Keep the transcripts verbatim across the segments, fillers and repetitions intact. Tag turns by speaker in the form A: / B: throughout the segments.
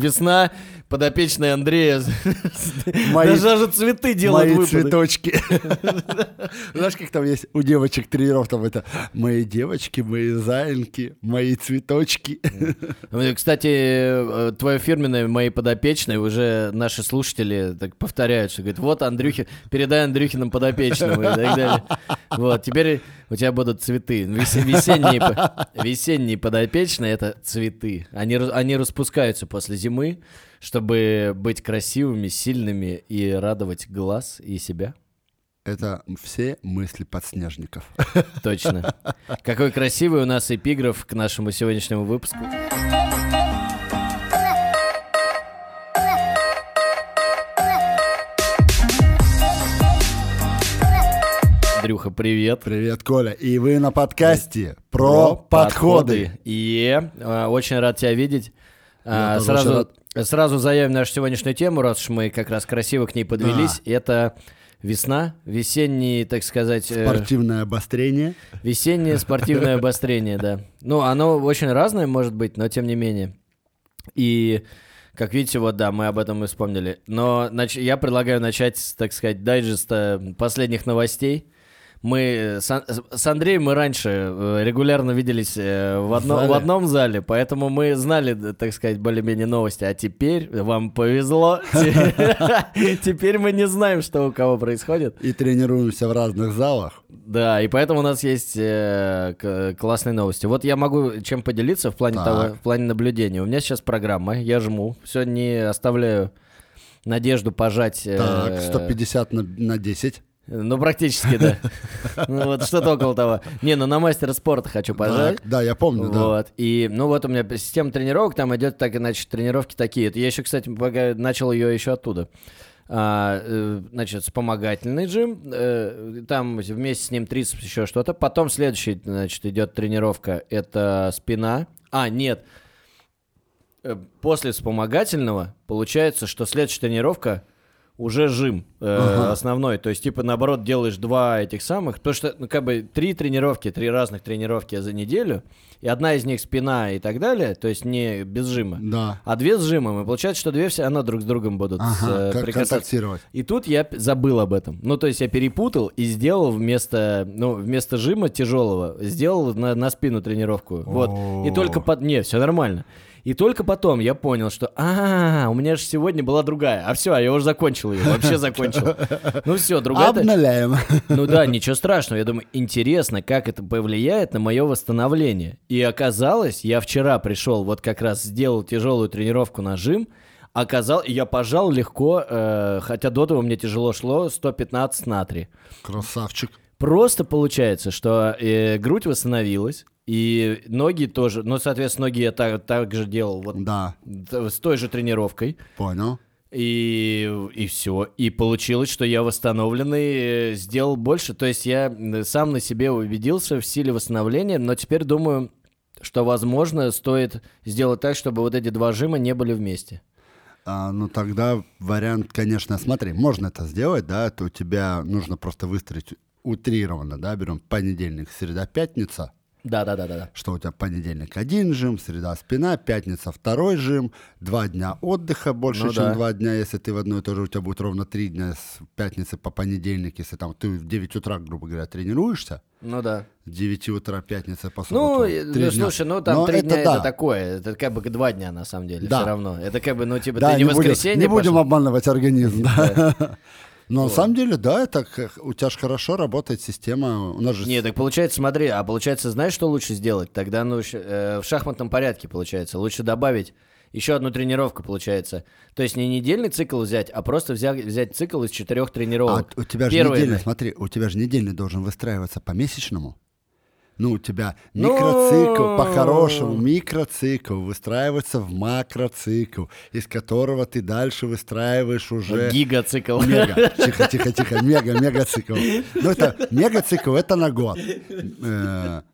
A: Весна, подопечные Андрея. Даже цветы делают
B: выпады. Мои цветочки. Знаешь, как там есть у девочек тренировок, там это мои девочки, мои заиньки, мои цветочки.
A: Кстати, твое фирменное «мои подопечные» уже наши слушатели так повторяют, что говорят, вот Андрюхи, передай Андрюхинам подопечным и так далее. Вот, теперь у тебя будут цветы. Весенние, весенние подопечные — это цветы. Они, они распускаются после зимы, чтобы быть красивыми, сильными и радовать глаз и себя.
B: Это все мысли подснежников.
A: Точно. Какой красивый у нас эпиграф к нашему сегодняшнему выпуску. Андрюха, привет.
B: Привет, Коля. И вы на подкасте про, про подходы.
A: подходы. И э, очень рад тебя видеть. Э, сразу, сразу заявим нашу сегодняшнюю тему, раз уж мы как раз красиво к ней подвелись. Да. Это весна, весеннее, так сказать...
B: Спортивное э, обострение.
A: Весеннее спортивное обострение, да. Ну, оно очень разное может быть, но тем не менее. И... Как видите, вот да, мы об этом и вспомнили. Но нач- я предлагаю начать, так сказать, дайджеста последних новостей. Мы с, Ан- с Андреем мы раньше регулярно виделись в, одно- в одном зале, поэтому мы знали, так сказать, более-менее новости. А теперь вам повезло. Теперь мы не знаем, что у кого происходит.
B: И тренируемся в разных залах.
A: Да, и поэтому у нас есть классные новости. Вот я могу чем поделиться в плане того, в плане наблюдения. У меня сейчас программа, я жму, все не оставляю надежду пожать.
B: Так, сто пятьдесят на десять.
A: Ну, практически, да. Ну, вот что-то около того. Не, ну на мастера спорта хочу пожать.
B: Так, да, я помню, да.
A: Вот. И, ну, вот у меня система тренировок, там идет так иначе тренировки такие. Я еще, кстати, начал ее еще оттуда. А, значит, вспомогательный джим, там вместе с ним трицепс, еще что-то. Потом следующий, значит, идет тренировка, это спина. А, нет. После вспомогательного получается, что следующая тренировка уже жим э, ага. основной, то есть типа наоборот делаешь два этих самых, потому что ну как бы три тренировки, три разных тренировки за неделю, и одна из них спина и так далее, то есть не без жима,
B: да.
A: а две с жимом, и получается, что две все равно друг с другом будут
B: ага,
A: э,
B: контактировать.
A: И тут я забыл об этом, ну то есть я перепутал и сделал вместо, ну вместо жима тяжелого сделал на, на спину тренировку, О-о-о. вот, и только под, не, все нормально. И только потом я понял, что а, у меня же сегодня была другая. А все, я уже закончил ее, вообще закончил. Ну все, другая...
B: Обновляем.
A: Ну да, ничего страшного. Я думаю, интересно, как это повлияет на мое восстановление. И оказалось, я вчера пришел, вот как раз сделал тяжелую тренировку на жим, оказалось, я пожал легко, э, хотя до того мне тяжело шло, сто пятнадцать натрий.
B: Красавчик.
A: Просто получается, что э, грудь восстановилась, и ноги тоже, ну, соответственно, ноги я так, так же делал вот
B: да.
A: с той же тренировкой.
B: Понял.
A: И, и все. И получилось, что я восстановленный, сделал больше. То есть я сам на себе убедился в силе восстановления, но теперь думаю, что, возможно, стоит сделать так, чтобы вот эти два жима не были вместе.
B: А, ну, тогда вариант, конечно, смотри, можно это сделать, да, то у тебя нужно просто выстроить утрированно, да, берем понедельник, среда, пятница.
A: Да, да, да, да.
B: Что у тебя понедельник один жим, среда спина, пятница второй жим, два дня отдыха больше, ну, чем да. два дня, если ты в одно и то же, у тебя будет ровно три дня с пятницы по понедельник, если там ты в девять утра, грубо говоря, тренируешься.
A: Ну да.
B: С девяти утра пятница по субботу.
A: Ну, ну слушай, ну там три дня это, да. это такое, это как бы два дня на самом деле, да. все равно. Это как бы, ну типа да, ты не, не воскресенье
B: будем, Не будем обманывать организм, да. Но
A: вот.
B: На самом деле, да, это у тебя же хорошо работает система. У нас же...
A: Нет, так получается, смотри, а получается, знаешь, что лучше сделать? Тогда ну, э, в шахматном порядке, получается, лучше добавить еще одну тренировку, получается. То есть не недельный цикл взять, а просто взять, взять цикл из четырех тренировок.
B: А у тебя же
A: Первый,
B: недельный, смотри, у тебя же недельный должен выстраиваться по месячному. Ну, у тебя микроцикл,
A: Но...
B: по-хорошему, микроцикл выстраивается в макроцикл, из которого ты дальше выстраиваешь уже...
A: Гигацикл.
B: Мега. Тихо, тихо, тихо. Мега, мегацикл. Ну, это мегацикл, это на год.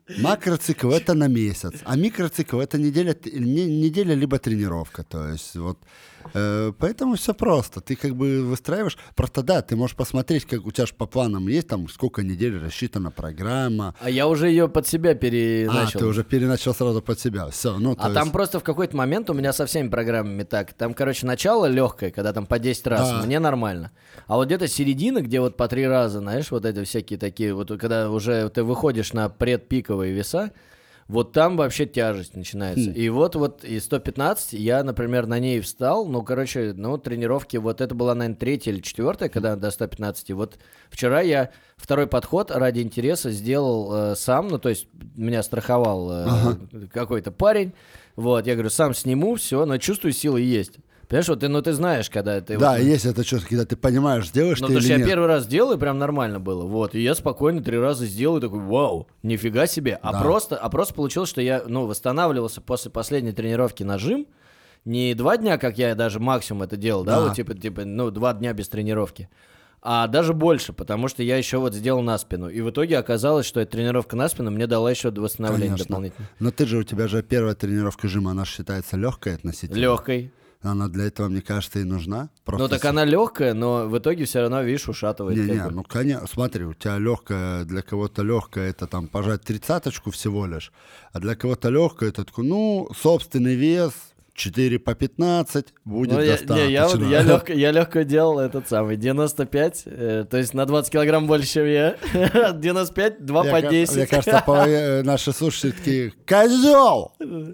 B: Макроцикл это на месяц, а микроцикл это неделя, неделя либо тренировка. То есть вот э, поэтому все просто. Ты как бы выстраиваешь. Просто да, ты можешь посмотреть, как у тебя же по планам есть, там сколько недель рассчитана программа.
A: А я уже ее под себя переначал.
B: А, ты уже переначал сразу под себя. Все, ну,
A: а
B: есть...
A: там просто в какой-то момент у меня со всеми программами так. Там, короче, начало легкое, когда там по десять раз, да. Мне нормально. А вот где-то середина, где вот по три раза, знаешь, вот эти всякие такие, вот когда уже ты выходишь на предпиковые веса, вот там вообще тяжесть начинается. Хм. И вот, вот и сто пятнадцать, я, например, на ней встал, ну, короче, ну, тренировки, вот это была, наверное, третья или четвертая, когда до сто пятнадцать. Вот вчера я второй подход ради интереса сделал э, сам, ну, то есть меня страховал э, ага. какой-то парень, вот, я говорю, сам сниму, все, но чувствую, силы есть. Понимаешь, вот ты, ну ты знаешь, когда ты...
B: Да,
A: вот,
B: есть это что-то, когда ты понимаешь, делаешь
A: ну,
B: ты или
A: нет. Ну, потому что я первый раз делал, и прям нормально было, вот. И я спокойно три раза сделал, и такой, вау, нифига себе. А, да. просто, а просто получилось, что я, ну, восстанавливался после последней тренировки на жим. Не два дня, как я даже максимум это делал, да, да вот типа, типа, ну, два дня без тренировки. А даже больше, потому что я еще вот сделал на спину. И в итоге оказалось, что эта тренировка на спину мне дала еще восстановление
B: Конечно.
A: дополнительное.
B: Но ты же, у тебя же первая тренировка жима, она считается легкой относительно.
A: Легкой.
B: Она для этого, мне кажется, и нужна.
A: Просто... Ну так она легкая, но в итоге все равно, видишь, ушатывает.
B: Не-не, ну конечно, смотри, у тебя легкая, для кого-то легкая, это там пожать тридцаточку всего лишь, а для кого-то легкая, это такой, ну, собственный вес, четыре по пятнадцать будет ну, достаточно. Я, не,
A: я, вот, я, легко, я легко делал этот самый, девяносто пять, э, то есть на двадцать килограмм больше, чем я, девяносто пять, два по десять.
B: Мне кажется, по, э, наши слушатели такие, козел!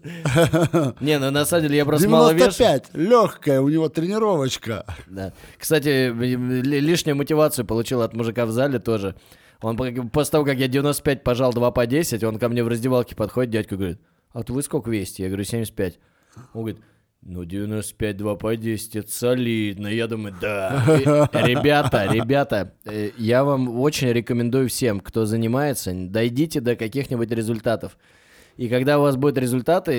A: Не, ну на самом деле я просто мало вешу.
B: девяносто пять, легкая, у него тренировочка.
A: Да. Кстати, лишнюю мотивацию получил от мужика в зале тоже. Он после того, как я девяносто пять пожал два по десять, он ко мне в раздевалке подходит, дядька говорит, а вы сколько весите? Я говорю, семьдесят пять. Он говорит, ну девяносто пять, два по десять, это солидно. Я думаю, да. Ребята, ребята, я вам очень рекомендую всем, кто занимается, дойдите до каких-нибудь результатов. И когда у вас будут результаты,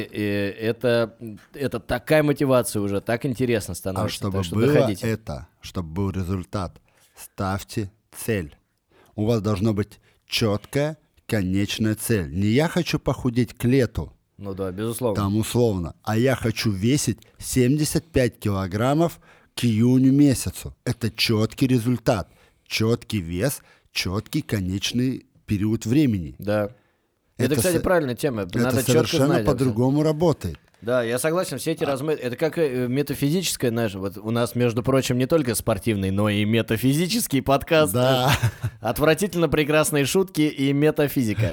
A: это, это такая мотивация уже, так интересно становится.
B: А чтобы
A: что
B: было
A: доходите.
B: это, чтобы был результат, ставьте цель. У вас должна быть четкая, конечная цель. Не я хочу похудеть к лету.
A: Ну да, безусловно.
B: Там условно. А я хочу весить семьдесят пять килограммов к июню месяцу. Это четкий результат. Четкий вес, четкий конечный период времени.
A: Да. Это, это кстати, с... правильная тема. Надо
B: это совершенно знать, по-другому работает.
A: Да, я согласен, все эти а... размы... Это как метафизическое, знаешь, вот у нас, между прочим, не только спортивный, но и метафизический подкаст.
B: Да.
A: Отвратительно прекрасные шутки и метафизика.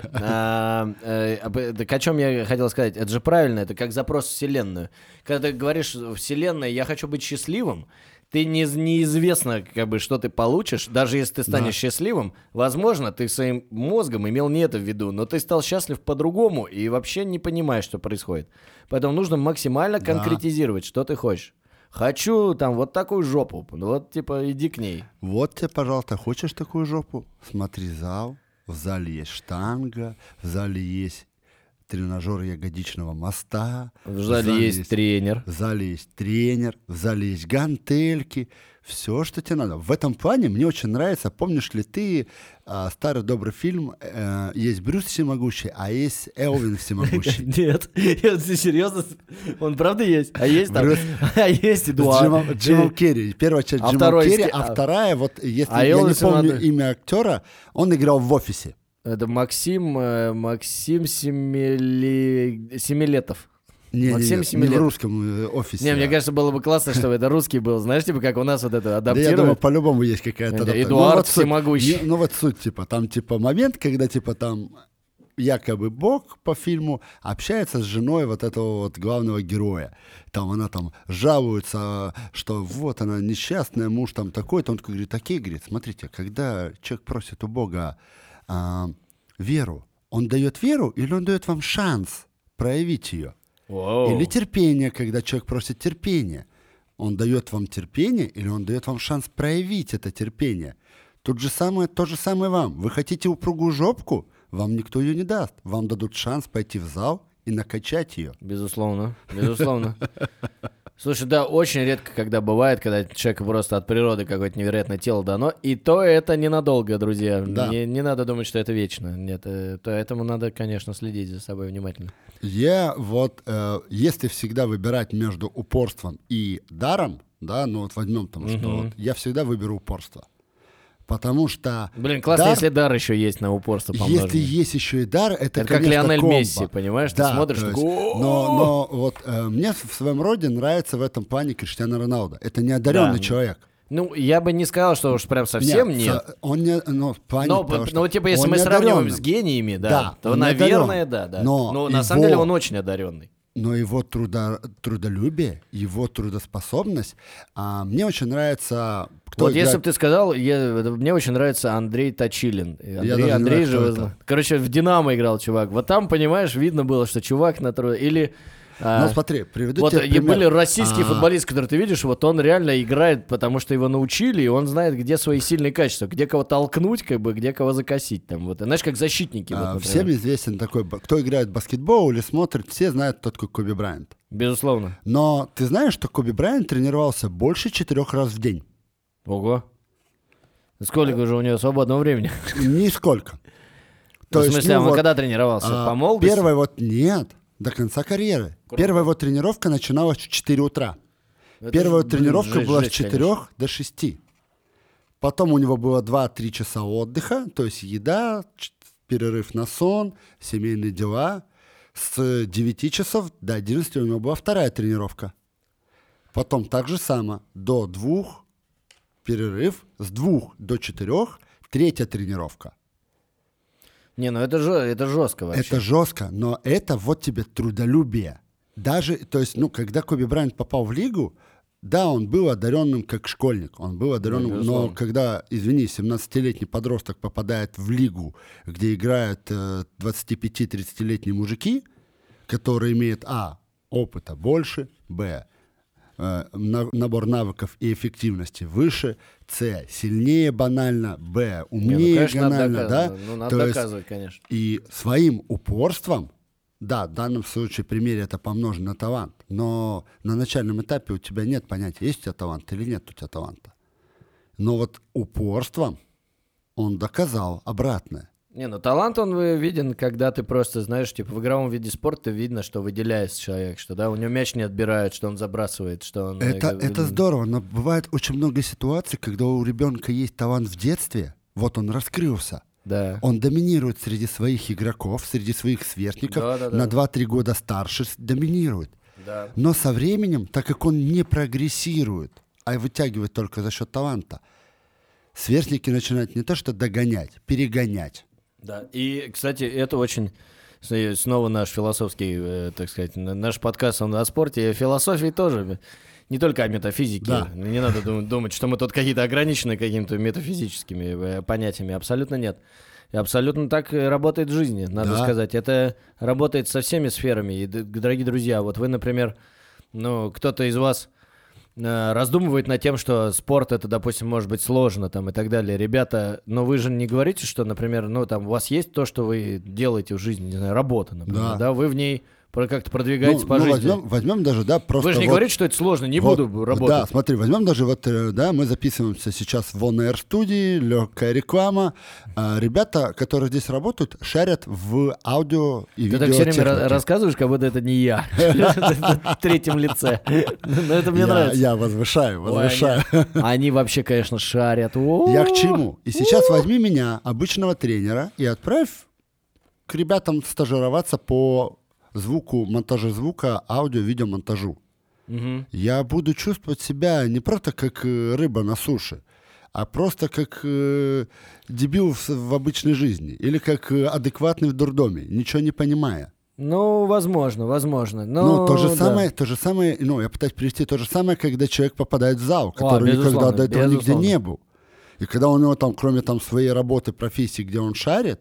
A: А, а, так о чем я хотел сказать? Это же правильно, это как запрос в Вселенную. Когда ты говоришь «Вселенная, я хочу быть счастливым», ты не, неизвестно, как бы, что ты получишь, даже если ты станешь да. счастливым. Возможно, ты своим мозгом имел не это в виду, но ты стал счастлив по-другому и вообще не понимаешь, что происходит. Поэтому нужно максимально да. конкретизировать, что ты хочешь. Хочу там вот такую жопу, вот типа иди к ней.
B: Вот тебе, пожалуйста, хочешь такую жопу? Смотри зал, в зале есть штанга, в зале есть тренажер ягодичного моста.
A: В зале, в зале есть, есть тренер.
B: В зале есть тренер, в зале есть гантельки. Все, что тебе надо. В этом плане мне очень нравится. Помнишь ли ты а, старый добрый фильм а, есть Брюс Всемогущий, а есть Элвин Всемогущий?
A: Нет, ты серьезно? Он правда есть? А есть там? А есть Эдуард.
B: Джимом Керри. Первая часть Джимом Керри, а вторая, вот если я не помню имя актера, он играл в «Офисе».
A: Это Максим, Максим Семили... Семилетов.
B: Не, Максим не, не, не в русском офисе.
A: Не, мне кажется, было бы классно, чтобы это русский был. Знаешь, типа, как у нас вот это адаптировать.
B: Да я думаю, по-любому есть какая-то адаптация.
A: Эдуард
B: ну, вот
A: Всемогущий.
B: Суть, ну вот суть, типа, там типа момент, когда типа там якобы Бог по фильму общается с женой вот этого вот главного героя. Там она там жалуется, что вот она несчастная, муж там такой-то. Он такой говорит, такие, говорит, смотрите, когда человек просит у Бога а, веру, он дает веру или он дает вам шанс проявить ее?
A: Wow.
B: Или терпение, когда человек просит терпения. Он дает вам терпение или он дает вам шанс проявить это терпение? Тут же самое, то же самое вам. Вы хотите упругую жопку? Вам никто ее не даст. Вам дадут шанс пойти в зал и накачать ее.
A: Безусловно, безусловно. Слушай, да, очень редко, когда бывает, когда человеку просто от природы какое-то невероятное тело дано, и то это ненадолго, друзья.
B: Да.
A: Не, не надо думать, что это вечно. Нет, э, поэтому надо, конечно, следить за собой внимательно.
B: Я вот, э, если всегда выбирать между упорством и даром, да, ну вот возьмем, потому что
A: Мгм.
B: вот я всегда выберу упорство. Потому что
A: Блин, классно,
B: дар-
A: если дар еще есть на упорство помноженное.
B: если есть еще и дар, это,
A: Это как
B: конечно,
A: Лионель
B: комбо.
A: Месси, понимаешь? Ты
B: Да,
A: смотришь,
B: то есть,
A: такой,
B: но, но вот э, мне в своем роде нравится в этом плане Криштиану Роналдо. Это неодаренный
A: Да.
B: человек.
A: Ну, я бы не сказал, что уж прям совсем нет.
B: со- Он не, ну, в плане
A: Но,
B: того, что
A: ну, типа, если
B: он
A: мы сравниваем
B: неодаренный.
A: с гениями, да,
B: Да,
A: то,
B: он
A: наверное,
B: неодаренный.
A: да, да.
B: Но
A: Но на
B: его-
A: самом деле он очень одаренный.
B: Но его трудо, трудолюбие, его трудоспособность, а, мне очень нравится... Кто
A: Вот
B: играет...
A: если бы ты сказал, я, мне очень нравится Андрей Точилин. И Андрей,
B: даже не
A: Андрей
B: знаю,
A: же,
B: кто
A: вы
B: это.
A: зна- короче, в «Динамо» играл чувак. Вот там, понимаешь, видно было, что чувак на труд... Или... а,
B: Ну смотри, приведу
A: вот
B: тебе
A: и
B: пример.
A: были российские
B: А,
A: футболисты, которые ты видишь, вот он реально играет, потому что его научили, и он знает, где свои сильные качества, где кого толкнуть, как бы, где кого закосить. Там, вот. Знаешь, как защитники.
B: а,
A: вот, например.
B: всем известен такой, б- кто играет в баскетбол или смотрит, все знают, кто такой Коби Брайант.
A: Безусловно.
B: Но ты знаешь, что Коби Брайант тренировался больше четырех раз в день?
A: Ого. Сколько же у него свободного времени?
B: Нисколько.
A: В смысле, а он
B: вот,
A: когда тренировался?
B: а,
A: По молодости?
B: Первая вот нет, до конца карьеры. Первая вот тренировка начиналась в четыре утра.
A: Это
B: Первая
A: ж, блин,
B: тренировка
A: жесть,
B: была
A: жесть,
B: с четырёх до шести. Потом у него было два-три часа отдыха, то есть еда, ч- перерыв на сон, семейные дела. С девяти часов до одиннадцати у него была вторая тренировка. Потом так же само, до двух перерыв, с двух до четырех третья тренировка.
A: Не, ну это, жё- это жестко вообще.
B: Это жестко, но это вот тебе трудолюбие. Даже, то есть, ну, когда Коби Брайант попал в лигу, да, он был одаренным как школьник, он был одаренным,
A: Да,
B: но
A: безусловно.
B: когда, извини, семнадцатилетний подросток попадает в лигу, где играют э, двадцати-пяти-тридцатилетние мужики, которые имеют, а, опыта больше, б, э, на- набор навыков и эффективности выше, с, сильнее банально, б,
A: Не, ну,
B: умнее
A: конечно, надо
B: банально, да?
A: доказывать. Ну, надо
B: То есть
A: доказывать, конечно.
B: и своим упорством, да, в данном случае примере это помножено на талант, но на начальном этапе у тебя нет понятия, есть у тебя талант или нет у тебя таланта. Но вот упорством он доказал обратное.
A: Не, ну талант он э, виден, когда ты просто, знаешь, типа в игровом виде спорта видно, что выделяется человек, что да, у него мяч не отбирают, что он забрасывает, что он... э,
B: Это,
A: г-
B: это здорово, но бывает очень много ситуаций, когда у ребенка есть талант в детстве, вот он раскрылся,
A: Да.
B: он доминирует среди своих игроков, среди своих сверстников,
A: Да-да-да.
B: на два-три года старше с- доминирует.
A: Да.
B: Но со временем, так как он не прогрессирует, а вытягивает только за счет таланта, сверстники начинают не то что догонять, перегонять.
A: Да, и, кстати, это очень... с- Снова наш философский, э, так сказать, н- наш подкаст, он о спорте, и о философии тоже, не только о метафизике.
B: Да.
A: Не надо думать, думать, что мы тут какие-то ограничены какими-то метафизическими э, понятиями. Абсолютно нет. И абсолютно так и работает в жизни, надо
B: Да.
A: сказать. Это работает со всеми сферами. И, д- дорогие друзья, вот вы, например, ну, кто-то из вас э, раздумывает над тем, что спорт это, допустим, может быть сложно там и так далее. Ребята, но вы же не говорите, что, например, ну там у вас есть то, что вы делаете в жизни, не знаю, работа, например, да,
B: Да.
A: вы в ней про- как-то продвигаетесь
B: Ну,
A: по
B: ну,
A: жизни.
B: возьмем, возьмем даже, да, просто...
A: Вы же не
B: вот-
A: говорите, что это сложно, не
B: вот,
A: буду работать.
B: Да, смотри, возьмем даже вот, э, да, мы записываемся сейчас в On Air студии, легкая реклама. А, ребята, которые здесь работают, шарят в аудио и
A: Ты так все время
B: видеотехнике.
A: ра- рассказываешь, как будто это не я. В третьем лице. Но это мне
B: я,
A: нравится.
B: я возвышаю,
A: Ой,
B: возвышаю.
A: они, они вообще, конечно, шарят. О!
B: Я к чему? И сейчас возьми меня, обычного тренера, и отправь к ребятам стажироваться по звуку, монтажу звука, аудио, видеомонтажу.
A: Мгм.
B: Я буду чувствовать себя не просто как э, рыба на суше, а просто как э, дебил в, в обычной жизни. Или как э, адекватный в дурдоме, ничего не понимая.
A: Ну, возможно, возможно. Но,
B: Ну, то же
A: да.
B: самое, то же самое, ну, я пытаюсь привести то же самое, когда человек попадает в зал, который никогда
A: безусловно,
B: до этого
A: безусловно.
B: нигде не был. И когда у него там, кроме там своей работы, профессии, где он шарит,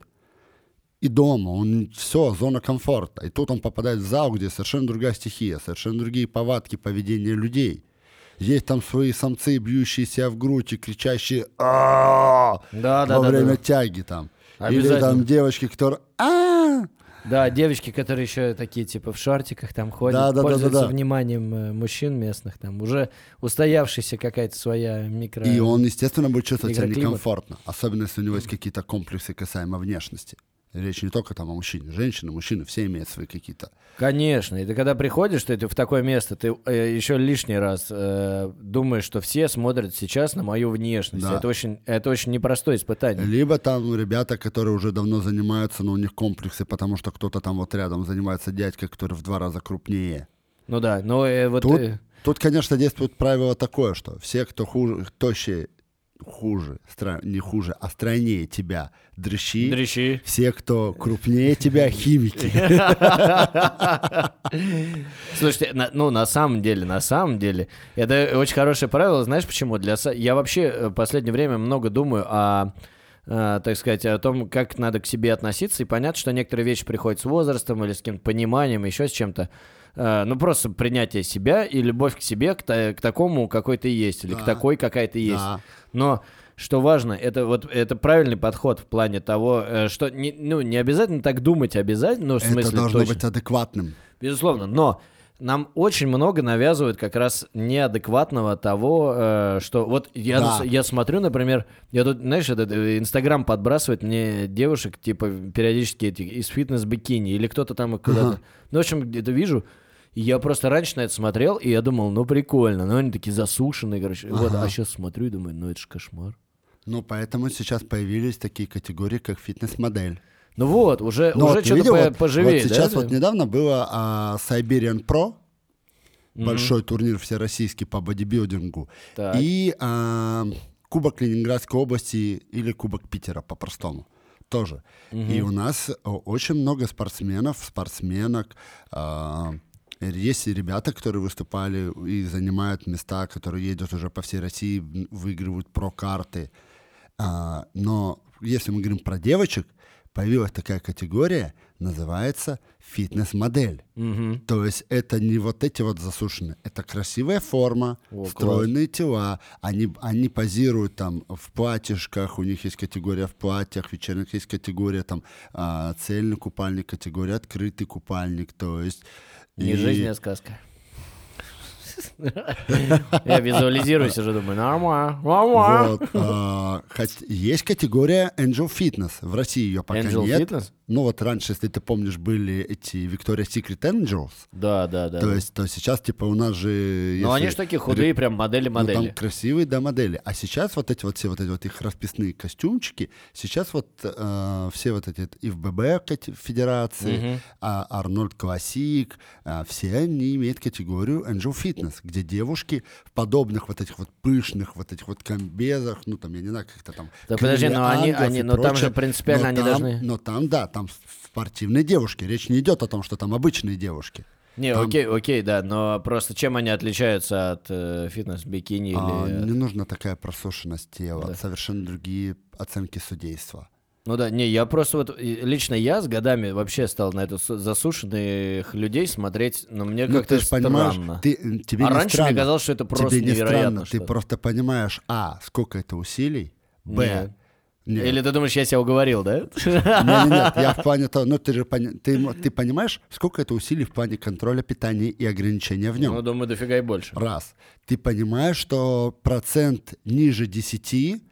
B: и дома, он все, зона комфорта. И тут он попадает в зал, где совершенно другая стихия, совершенно другие повадки поведения людей. Есть там свои самцы, бьющие себя в грудь и кричащие «А-а-а!»
A: Да, да,
B: во
A: да,
B: время
A: да.
B: тяги там. Или
A: Обязательно.
B: там девочки, которые «А-а-а!»
A: Да, девочки, которые еще такие, типа, в шортиках там ходят, да, да, пользуются да, да, да. вниманием э, мужчин местных, там уже устоявшаяся какая-то своя микро...
B: И он, естественно, будет чувствовать себя некомфортно, особенно если у него есть какие-то комплексы касаемо внешности. Речь не только там о мужчине, женщины, мужчины, все имеют свои какие-то.
A: Конечно, и ты когда приходишь ты, ты в такое место, ты э, еще лишний раз э, думаешь, что все смотрят сейчас на мою внешность. Да. Это очень, это очень непростое испытание.
B: Либо там ребята, которые уже давно занимаются, но у них комплексы, потому что кто-то там вот рядом занимается дядька, который в два раза крупнее.
A: Ну да, но э, вот...
B: Тут,
A: э...
B: тут, конечно, действует правило такое, что все, кто хуже, тощие, хуже, стра... не хуже, а стройнее тебя, дрыщи.
A: Дрыщи.
B: Все, кто крупнее тебя, химики.
A: Слушайте, на, ну на самом деле, на самом деле, это очень хорошее правило, знаешь почему? Для я вообще в последнее время много думаю о, о, так сказать, о том, как надо к себе относиться, и понятно, что некоторые вещи приходят с возрастом или с каким-то пониманием, еще с чем-то. Ну, просто принятие себя и любовь к себе, к, к такому, какой ты есть, или да. к такой, какая ты есть. Да. Но что важно, это вот это правильный подход в плане того, что не, ну, не обязательно так думать, обязательно, ну, в смысле,
B: это должно
A: точно.
B: быть адекватным.
A: Безусловно, но нам очень много навязывают как раз неадекватного того, что вот я, да. я смотрю, например, я тут, знаешь, этот Инстаграм подбрасывает мне девушек, типа, периодически эти, из фитнес-бикини, или кто-то там куда-то. Ага. Ну, в общем, где-то вижу. И я просто раньше на это смотрел, и я думал, ну прикольно, но они такие засушенные, короче. Ага. Вот, а сейчас смотрю и думаю, ну это ж кошмар.
B: Ну, поэтому сейчас появились такие категории, как фитнес-модель.
A: Ну вот, уже, уже вот, что-то по- вот, поживее,
B: вот сейчас
A: да?
B: вот недавно было а, Siberian Pro, mm-hmm. большой турнир всероссийский по бодибилдингу, так. и а, Кубок Ленинградской области или Кубок Питера по-простому. Тоже. Mm-hmm. И у нас очень много спортсменов, спортсменок, а, есть и ребята, которые выступали и занимают места, которые едут уже по всей России, выигрывают про-карты. А, но если мы говорим про девочек, появилась такая категория, называется фитнес-модель. Mm-hmm. То есть это не вот эти вот засушенные, это красивая форма, О, стройные класс. Тела. Они, они позируют там в платьишках, у них есть категория в платьях, в вечерних есть категория там а, цельный купальник, категория открытый купальник. То есть
A: не и... жизнь, а сказка. Я визуализируюсь уже, думаю, нормально, нормально.
B: Вот, а, хоть, есть категория Angel Fitness. В России ее пока
A: Angel
B: нет.
A: Fitness?
B: Ну вот раньше, если ты помнишь, были эти Victoria's Secret Angels.
A: Да, да, да.
B: То
A: да.
B: есть, то сейчас, типа, у нас же...
A: Ну, они же такие худые, прям модели-модели.
B: Ну, там красивые, да, модели. А сейчас вот эти вот все вот эти вот их расписные костюмчики, сейчас вот э, все вот эти и в ББ Федерации, uh-huh. а, Арнольд Классик, а, все они имеют категорию Angel Fitness, где девушки в подобных вот этих вот пышных вот этих вот комбезах, ну, там, я не знаю, как-то там...
A: Да подожди, но они, они но там же принципиально они
B: там,
A: должны...
B: Но там, да, там спортивные девушки. Речь не идет о том, что там обычные девушки.
A: Не,
B: там...
A: окей, окей, да, но просто чем они отличаются от э, фитнес-бикини?
B: А,
A: или...
B: Не нужна такая просушенность тела,
A: да.
B: совершенно другие оценки судейства.
A: Ну да, не, я просто вот, лично я с годами вообще стал на это засушенных людей смотреть, но мне ну, как-то странно.
B: Ты, тебе
A: а
B: не
A: раньше
B: странно.
A: мне казалось, что это просто
B: тебе не
A: невероятно.
B: Странно. Ты просто понимаешь, а, сколько это усилий, б...
A: Нет. Нет. Или ты думаешь, я себя уговорил, да?
B: Нет, нет, нет, я в плане того, ну ты же пони, ты, ты понимаешь, сколько это усилий в плане контроля питания и ограничения в нем?
A: Ну, думаю, дофига и больше.
B: Раз. Ты понимаешь, что процент ниже десяти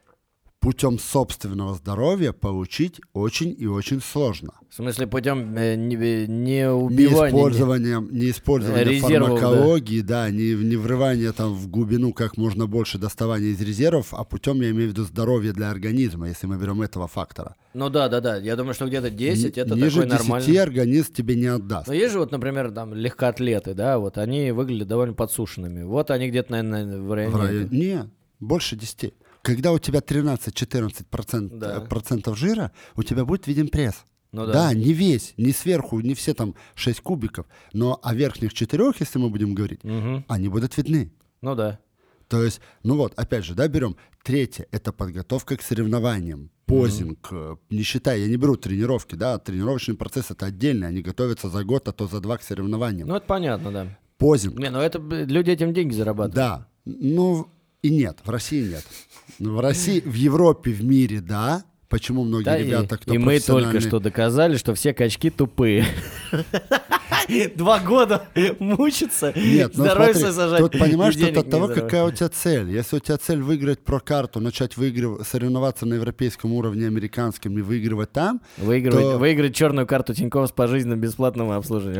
B: путем собственного здоровья получить очень и очень сложно.
A: В смысле, путем э, не, не убивания...
B: Не использованием, не использования
A: резервов,
B: фармакологии, да, да не, не врывания там в глубину как можно больше доставания из резервов, а путем, я имею в виду, здоровья для организма, если мы берем этого фактора.
A: Ну да, да, да. Я думаю, что где-то десять это
B: ниже
A: такой нормальный...
B: десяти организм тебе не отдаст.
A: Но есть же вот, например, там легкоатлеты, да, вот они выглядят довольно подсушенными. Вот они где-то, наверное, в районе... В районе...
B: Не, больше десяти. Когда у тебя тринадцать-четырнадцать процентов, да. процентов жира, у тебя будет виден пресс.
A: Ну, да.
B: да, не весь, не сверху, не все там шесть кубиков, но о верхних четырех, если мы будем говорить, угу. они будут видны.
A: Ну да.
B: То есть, ну вот, опять же, да, берем. Третье – это подготовка к соревнованиям. Позинг, mm-hmm. не считай, я не беру тренировки, да, тренировочный процесс – это отдельно, они готовятся за год, а то за два к соревнованиям.
A: Ну это понятно, да.
B: Позинг.
A: Не, ну это люди этим деньги зарабатывают.
B: Да, ну и нет, в России нет. В России, в Европе, в мире, да, почему многие
A: да,
B: ребята,
A: и,
B: кто
A: и мы только что доказали, что все качки тупые. Два года мучиться,
B: Нет, ну
A: здоровье
B: смотри,
A: сажать.
B: Тут понимаешь, что от того, какая у тебя цель. Если у тебя цель выиграть про-карту, начать выигрыв... соревноваться на европейском уровне, американском и выигрывать там,
A: выигрывать,
B: то...
A: выиграть черную карту Тинькофф с пожизненным бесплатным обслуживанием.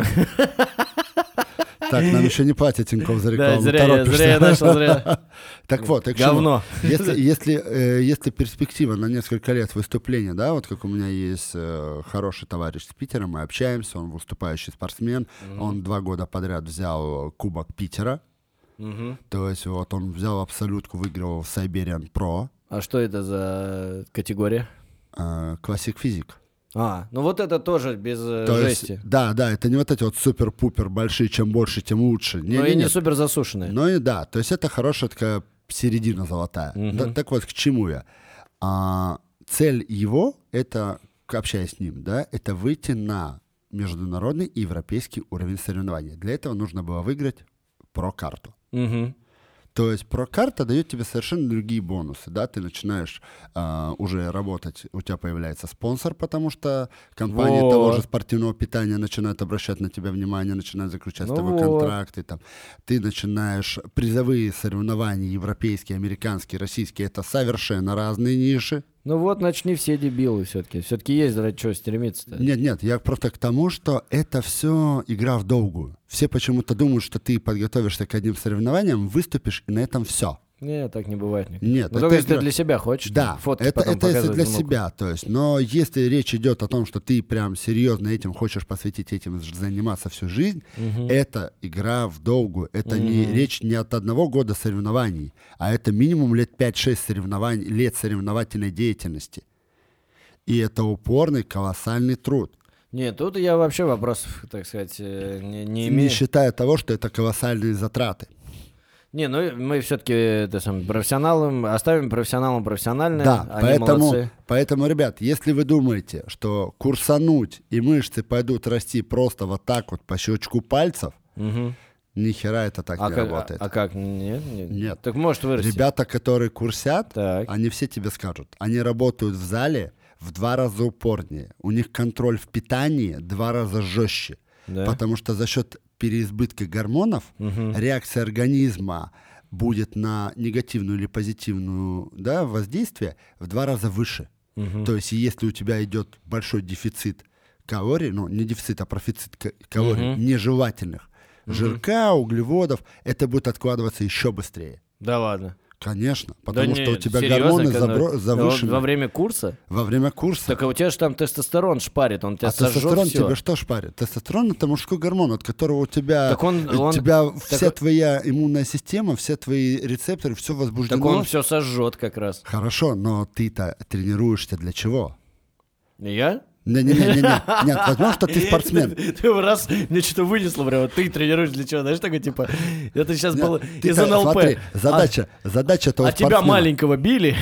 B: Так, нам еще не платят Тинькофф за рекламу.
A: Да, зря, я, зря я начал, зря.
B: Так вот, так
A: говно.
B: Если, если, э, если перспектива на несколько лет выступления, да, вот как у меня есть э, хороший товарищ с Питера, мы общаемся, он выступающий спортсмен, mm-hmm. он два года подряд взял Кубок Питера, mm-hmm. то есть вот он взял абсолютку, выиграл в Siberian Pro.
A: А что это за категория?
B: Э, Classic Physics.
A: А, ну вот это тоже без
B: То
A: жести.
B: Есть, да, да, это не вот эти вот супер-пупер большие, чем больше, тем лучше. Не,
A: Но
B: не,
A: и не
B: нет.
A: супер засушенные.
B: Ну и да, то есть это хорошая такая середина золотая.
A: Угу.
B: Да, так вот, к чему я? А, цель его, это, общаясь с ним, да, это выйти на международный и европейский уровень соревнований. Для этого нужно было выиграть про-карту.
A: Угу.
B: То есть про-карта дает тебе совершенно другие бонусы, да, ты начинаешь э, уже работать, у тебя появляется спонсор, потому что компании
A: вот.
B: того же спортивного питания начинают обращать на тебя внимание, начинают заключать
A: ну
B: с тобой
A: вот.
B: контракты, там, ты начинаешь призовые соревнования, европейские, американские, российские, это совершенно разные ниши.
A: Ну вот, значит, не все дебилы все-таки. Все-таки есть ради чего стремиться-то.
B: Нет, нет, я просто к тому, что это все игра в долгую. Все почему-то думают, что ты подготовишься к одним соревнованиям, выступишь, и на этом все.
A: Нет, так не бывает. Никогда.
B: Нет,
A: но только если
B: игра...
A: ты для себя хочешь.
B: Да,
A: фотки
B: это,
A: потом
B: это если для
A: внуку.
B: себя, то есть, но если речь идет о том, что ты прям серьезно этим хочешь посвятить этим заниматься всю жизнь, угу. это игра в долгую, это угу. не речь не от одного года соревнований, а это минимум лет пять-шесть соревнований, лет соревновательной деятельности. И это упорный, колоссальный труд.
A: Нет, тут я вообще вопросов, так сказать, не, не имею.
B: Не считая того, что это колоссальные затраты.
A: Не, ну мы все-таки это сам, профессионалам, оставим профессионалам профессиональное,
B: да,
A: они
B: поэтому,
A: молодцы.
B: Поэтому, ребят, если вы думаете, что курсануть и мышцы пойдут расти просто вот так вот по щелчку пальцев, угу. ни хера это так
A: а
B: не
A: как,
B: работает.
A: А, а как? Нет, нет.
B: Нет.
A: Так может вырасти.
B: Ребята, которые курсят,
A: так.
B: они все тебе скажут. Они работают в зале в два раза упорнее. У них контроль в питании два раза жестче. Да? Потому что за счет переизбытка гормонов угу. реакция организма будет на негативную или позитивную, да, воздействие в два раза выше. Угу. То есть если у тебя идет большой дефицит калорий, ну не дефицит, а профицит калорий угу. нежелательных, угу. жирка, углеводов, это будет откладываться еще быстрее.
A: Да ладно.
B: Конечно, потому
A: да
B: что
A: нет,
B: у тебя
A: серьезно,
B: гормоны
A: когда...
B: забро... завышены.
A: Во время курса?
B: Во время курса.
A: Так а у тебя же там тестостерон шпарит, он тебя
B: а
A: сожжет
B: тестостерон
A: все.
B: тебе что шпарит? Тестостерон — это мужской гормон, от которого у тебя,
A: так он, он...
B: у тебя
A: так...
B: вся твоя иммунная система, все твои рецепторы, все возбуждено.
A: Так он все сожжет как раз.
B: Хорошо, но ты-то тренируешься для чего?
A: Я?
B: Не-не-не, нет, возможно, что ты спортсмен.
A: Ты раз мне что-то вынесло прямо, ты тренируешь для чего? Знаешь, такой типа, это сейчас было из эн эл пэ.
B: Смотри, задача, задача-то у
A: спортсмена. А тебя маленького били?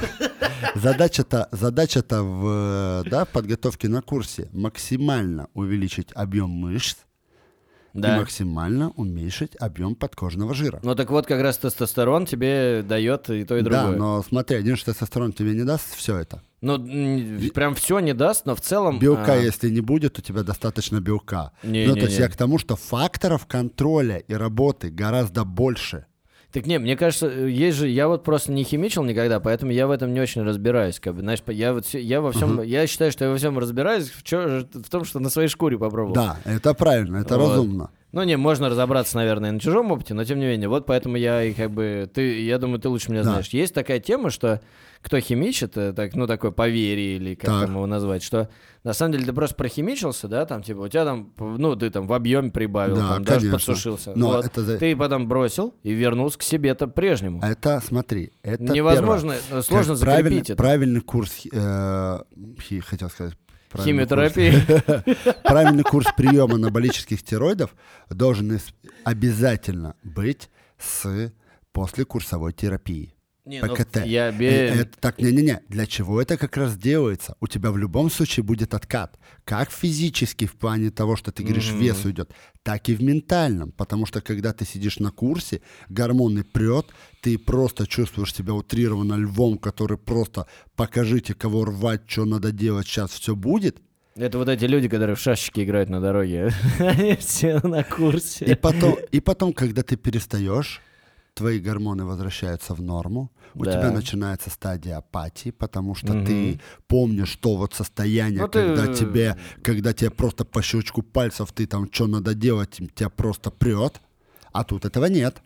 B: Задача-то, задача-то в да, подготовке на курсе максимально увеличить объем мышц, да. и максимально уменьшить объем подкожного жира.
A: Ну так вот как раз тестостерон тебе дает и то, и другое.
B: Да, но смотри, один же тестостерон тебе не даст все это.
A: Ну, прям все не даст, но в целом...
B: Белка,
A: а...
B: если не будет, у тебя достаточно белка.
A: Не,
B: ну,
A: не,
B: то есть
A: не.
B: я к тому, что факторов контроля и работы гораздо больше.
A: Так не, мне кажется, есть же, я вот просто не химичил никогда, поэтому я в этом не очень разбираюсь, как бы, знаешь, я вот я во всем, uh-huh. я считаю, что я во всем разбираюсь в, чё, в том, что на своей шкуре попробовал.
B: Да, это правильно, это вот. разумно.
A: Ну не, можно разобраться, наверное, на чужом опыте, но тем не менее, вот поэтому я и как бы, ты, я думаю, ты лучше меня
B: да.
A: знаешь. Есть такая тема, что кто химичит, так, ну такое поверье или как так. там его назвать, что на самом деле ты просто прохимичился, да, там типа у тебя там, ну ты там в объеме прибавил,
B: да,
A: там, даже подсушился,
B: но
A: вот.
B: это...
A: ты потом бросил и вернулся к себе-то прежнему.
B: Это, смотри, это
A: невозможно,
B: первое.
A: сложно
B: как
A: закрепить
B: правильный,
A: это.
B: Правильный курс, э, хотел сказать,
A: химиотерапии.
B: Правильный курс приема анаболических стероидов должен обязательно быть с послекурсовой терапией. Не, ПКТ. Ну, я... это, так, не-не-не, для чего это как раз делается? У тебя в любом случае будет откат. Как физически в плане того, что ты говоришь, mm-hmm. вес уйдет, так и в ментальном. Потому что когда ты сидишь на курсе, гормоны прет, ты просто чувствуешь себя утрированно львом, который просто покажите, кого рвать, что надо делать, сейчас все будет.
A: Это вот эти люди, которые в шашечки играют на дороге. Они все на курсе.
B: И потом, и потом, когда ты перестаешь, твои гормоны возвращаются в норму, у да. тебя начинается стадия апатии, потому что угу. ты помнишь то вот состояние, ну, когда, ты... тебе, когда тебе просто по щелчку пальцев ты там что надо делать, тебя просто прет, а тут этого нет.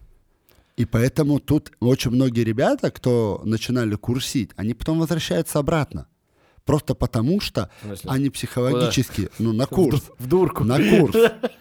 B: И поэтому тут очень многие ребята, кто начинали курсить, они потом возвращаются обратно. Просто потому, что они психологически, Куда? ну, на курс.
A: В, в дурку.
B: На курс.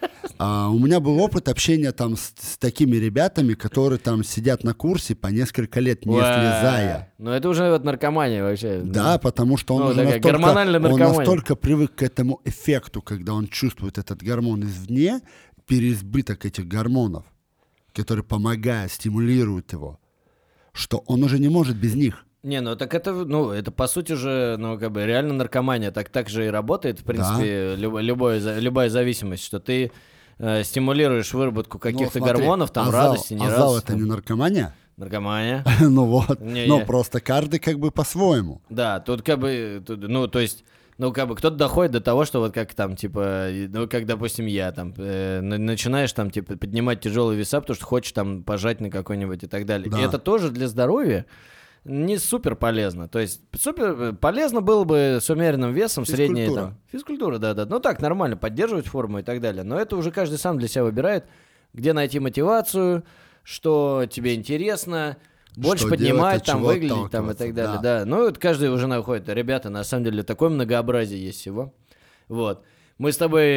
B: А у меня был опыт общения там с, с такими ребятами, которые там сидят на курсе по несколько лет, не слезая.
A: Ну, это уже вот наркомания вообще.
B: Да, потому что он, ну, уже настолько, он настолько привык к этому эффекту, когда он чувствует этот гормон извне, переизбыток этих гормонов, который помогает, стимулирует его, что он уже не может без них.
A: Не, ну так это, ну, это по сути же, ну, как бы реально наркомания, так, так же и работает, в принципе, да. люб, любой, любая зависимость, что ты э, стимулируешь выработку каких-то ну, гормонов, там, азал, радости, не радости.
B: Азал — это не наркомания?
A: Наркомания.
B: Ну вот, ну просто каждый как бы по-своему.
A: Да, тут как бы, ну, то есть, ну, как бы кто-то доходит до того, что вот как там, типа, ну, как, допустим, я там, э, начинаешь там, типа, поднимать тяжелые веса, потому что хочешь там пожать на какой-нибудь и так далее. И это тоже для здоровья не супер полезно. То есть супер полезно было бы с умеренным весом, средней там. Физкультура, да-да. Ну так, нормально, поддерживать форму и так далее. Но это уже каждый сам для себя выбирает, где найти мотивацию, что тебе интересно, больше что поднимать, там, выглядеть там и так далее. Да. Да. Ну, это каждый уже находит. Ребята, на самом деле, такое многообразие есть всего. Вот. Мы с тобой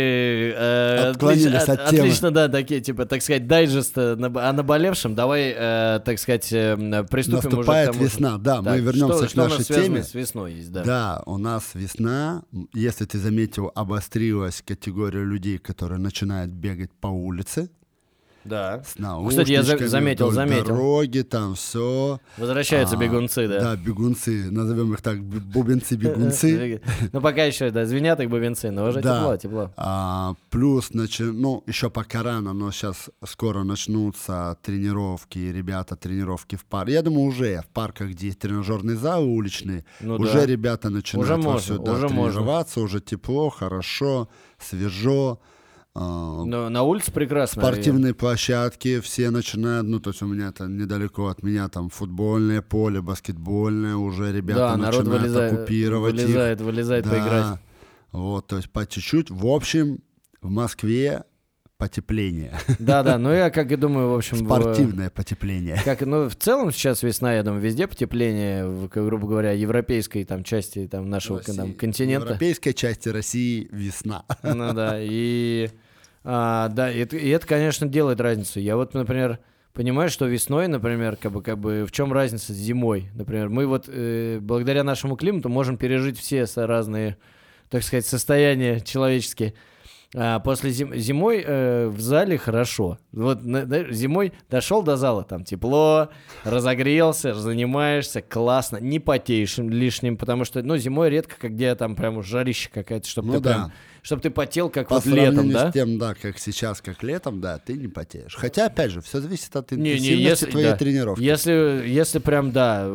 A: э,
B: отклонились
A: отлично,
B: от темы.
A: Отлично, да, такие, типа, так сказать, дайджест о наболевшем. Давай, э, так сказать, э, приступим
B: Наступает
A: уже к тому,
B: весна,
A: что...
B: да,
A: так,
B: мы вернемся
A: что,
B: к нашей
A: что
B: теме.
A: с весной есть, да.
B: Да, у нас весна, если ты заметил, обострилась категория людей, которые начинают бегать по улице.
A: Да.
B: С наушничками,
A: кстати, я за- заметил, заметил.
B: дороги, там все.
A: Возвращаются а, бегунцы, да.
B: Да, бегунцы, назовем их так, бубенцы-бегунцы.
A: Ну, пока еще, да, звенят их бубенцы, но уже тепло, тепло.
B: А, плюс, ну, еще пока рано, но сейчас скоро начнутся тренировки, ребята, тренировки в парке. Я думаю, уже в парках, где есть тренажерные залы уличные, уже ребята начинают вовсю тренироваться, уже тепло, хорошо, свежо.
A: Но на улице прекрасно.
B: Спортивные площадки все начинают, ну, то есть у меня это недалеко от меня, там, футбольное поле, баскетбольное, уже ребята да, начинают народ вылезает, оккупировать
A: вылезает,
B: их.
A: вылезает
B: да.
A: поиграть.
B: Вот, то есть по чуть-чуть. В общем, в Москве потепление.
A: Да-да, ну я как и думаю, в общем...
B: Спортивное в... потепление.
A: Как, ну, в целом сейчас весна, я думаю, везде потепление, в, грубо говоря, европейской там части там, нашего там, континента.
B: В европейской части России весна.
A: Ну да, и... А, да, и это, и это, конечно, делает разницу. Я вот, например, понимаю, что весной, например, как бы, как бы в чем разница с зимой. Например, мы вот э, благодаря нашему климату можем пережить все разные, так сказать, состояния человеческие. А после зим, зимой э, в зале хорошо. Вот на, на, зимой дошел до зала, там тепло, разогрелся, занимаешься, классно, не потеешь лишним, потому что, ну, зимой редко, как где там прям жарище какая-то, чтобы ну, ты да. прям, чтобы ты потел, как
B: по
A: вот летом, да?
B: С тем, да, как сейчас, как летом, да, ты не потеешь. Хотя, опять же, все зависит от интенсивности не, не, если, твоей да. тренировки.
A: Если, если прям, да,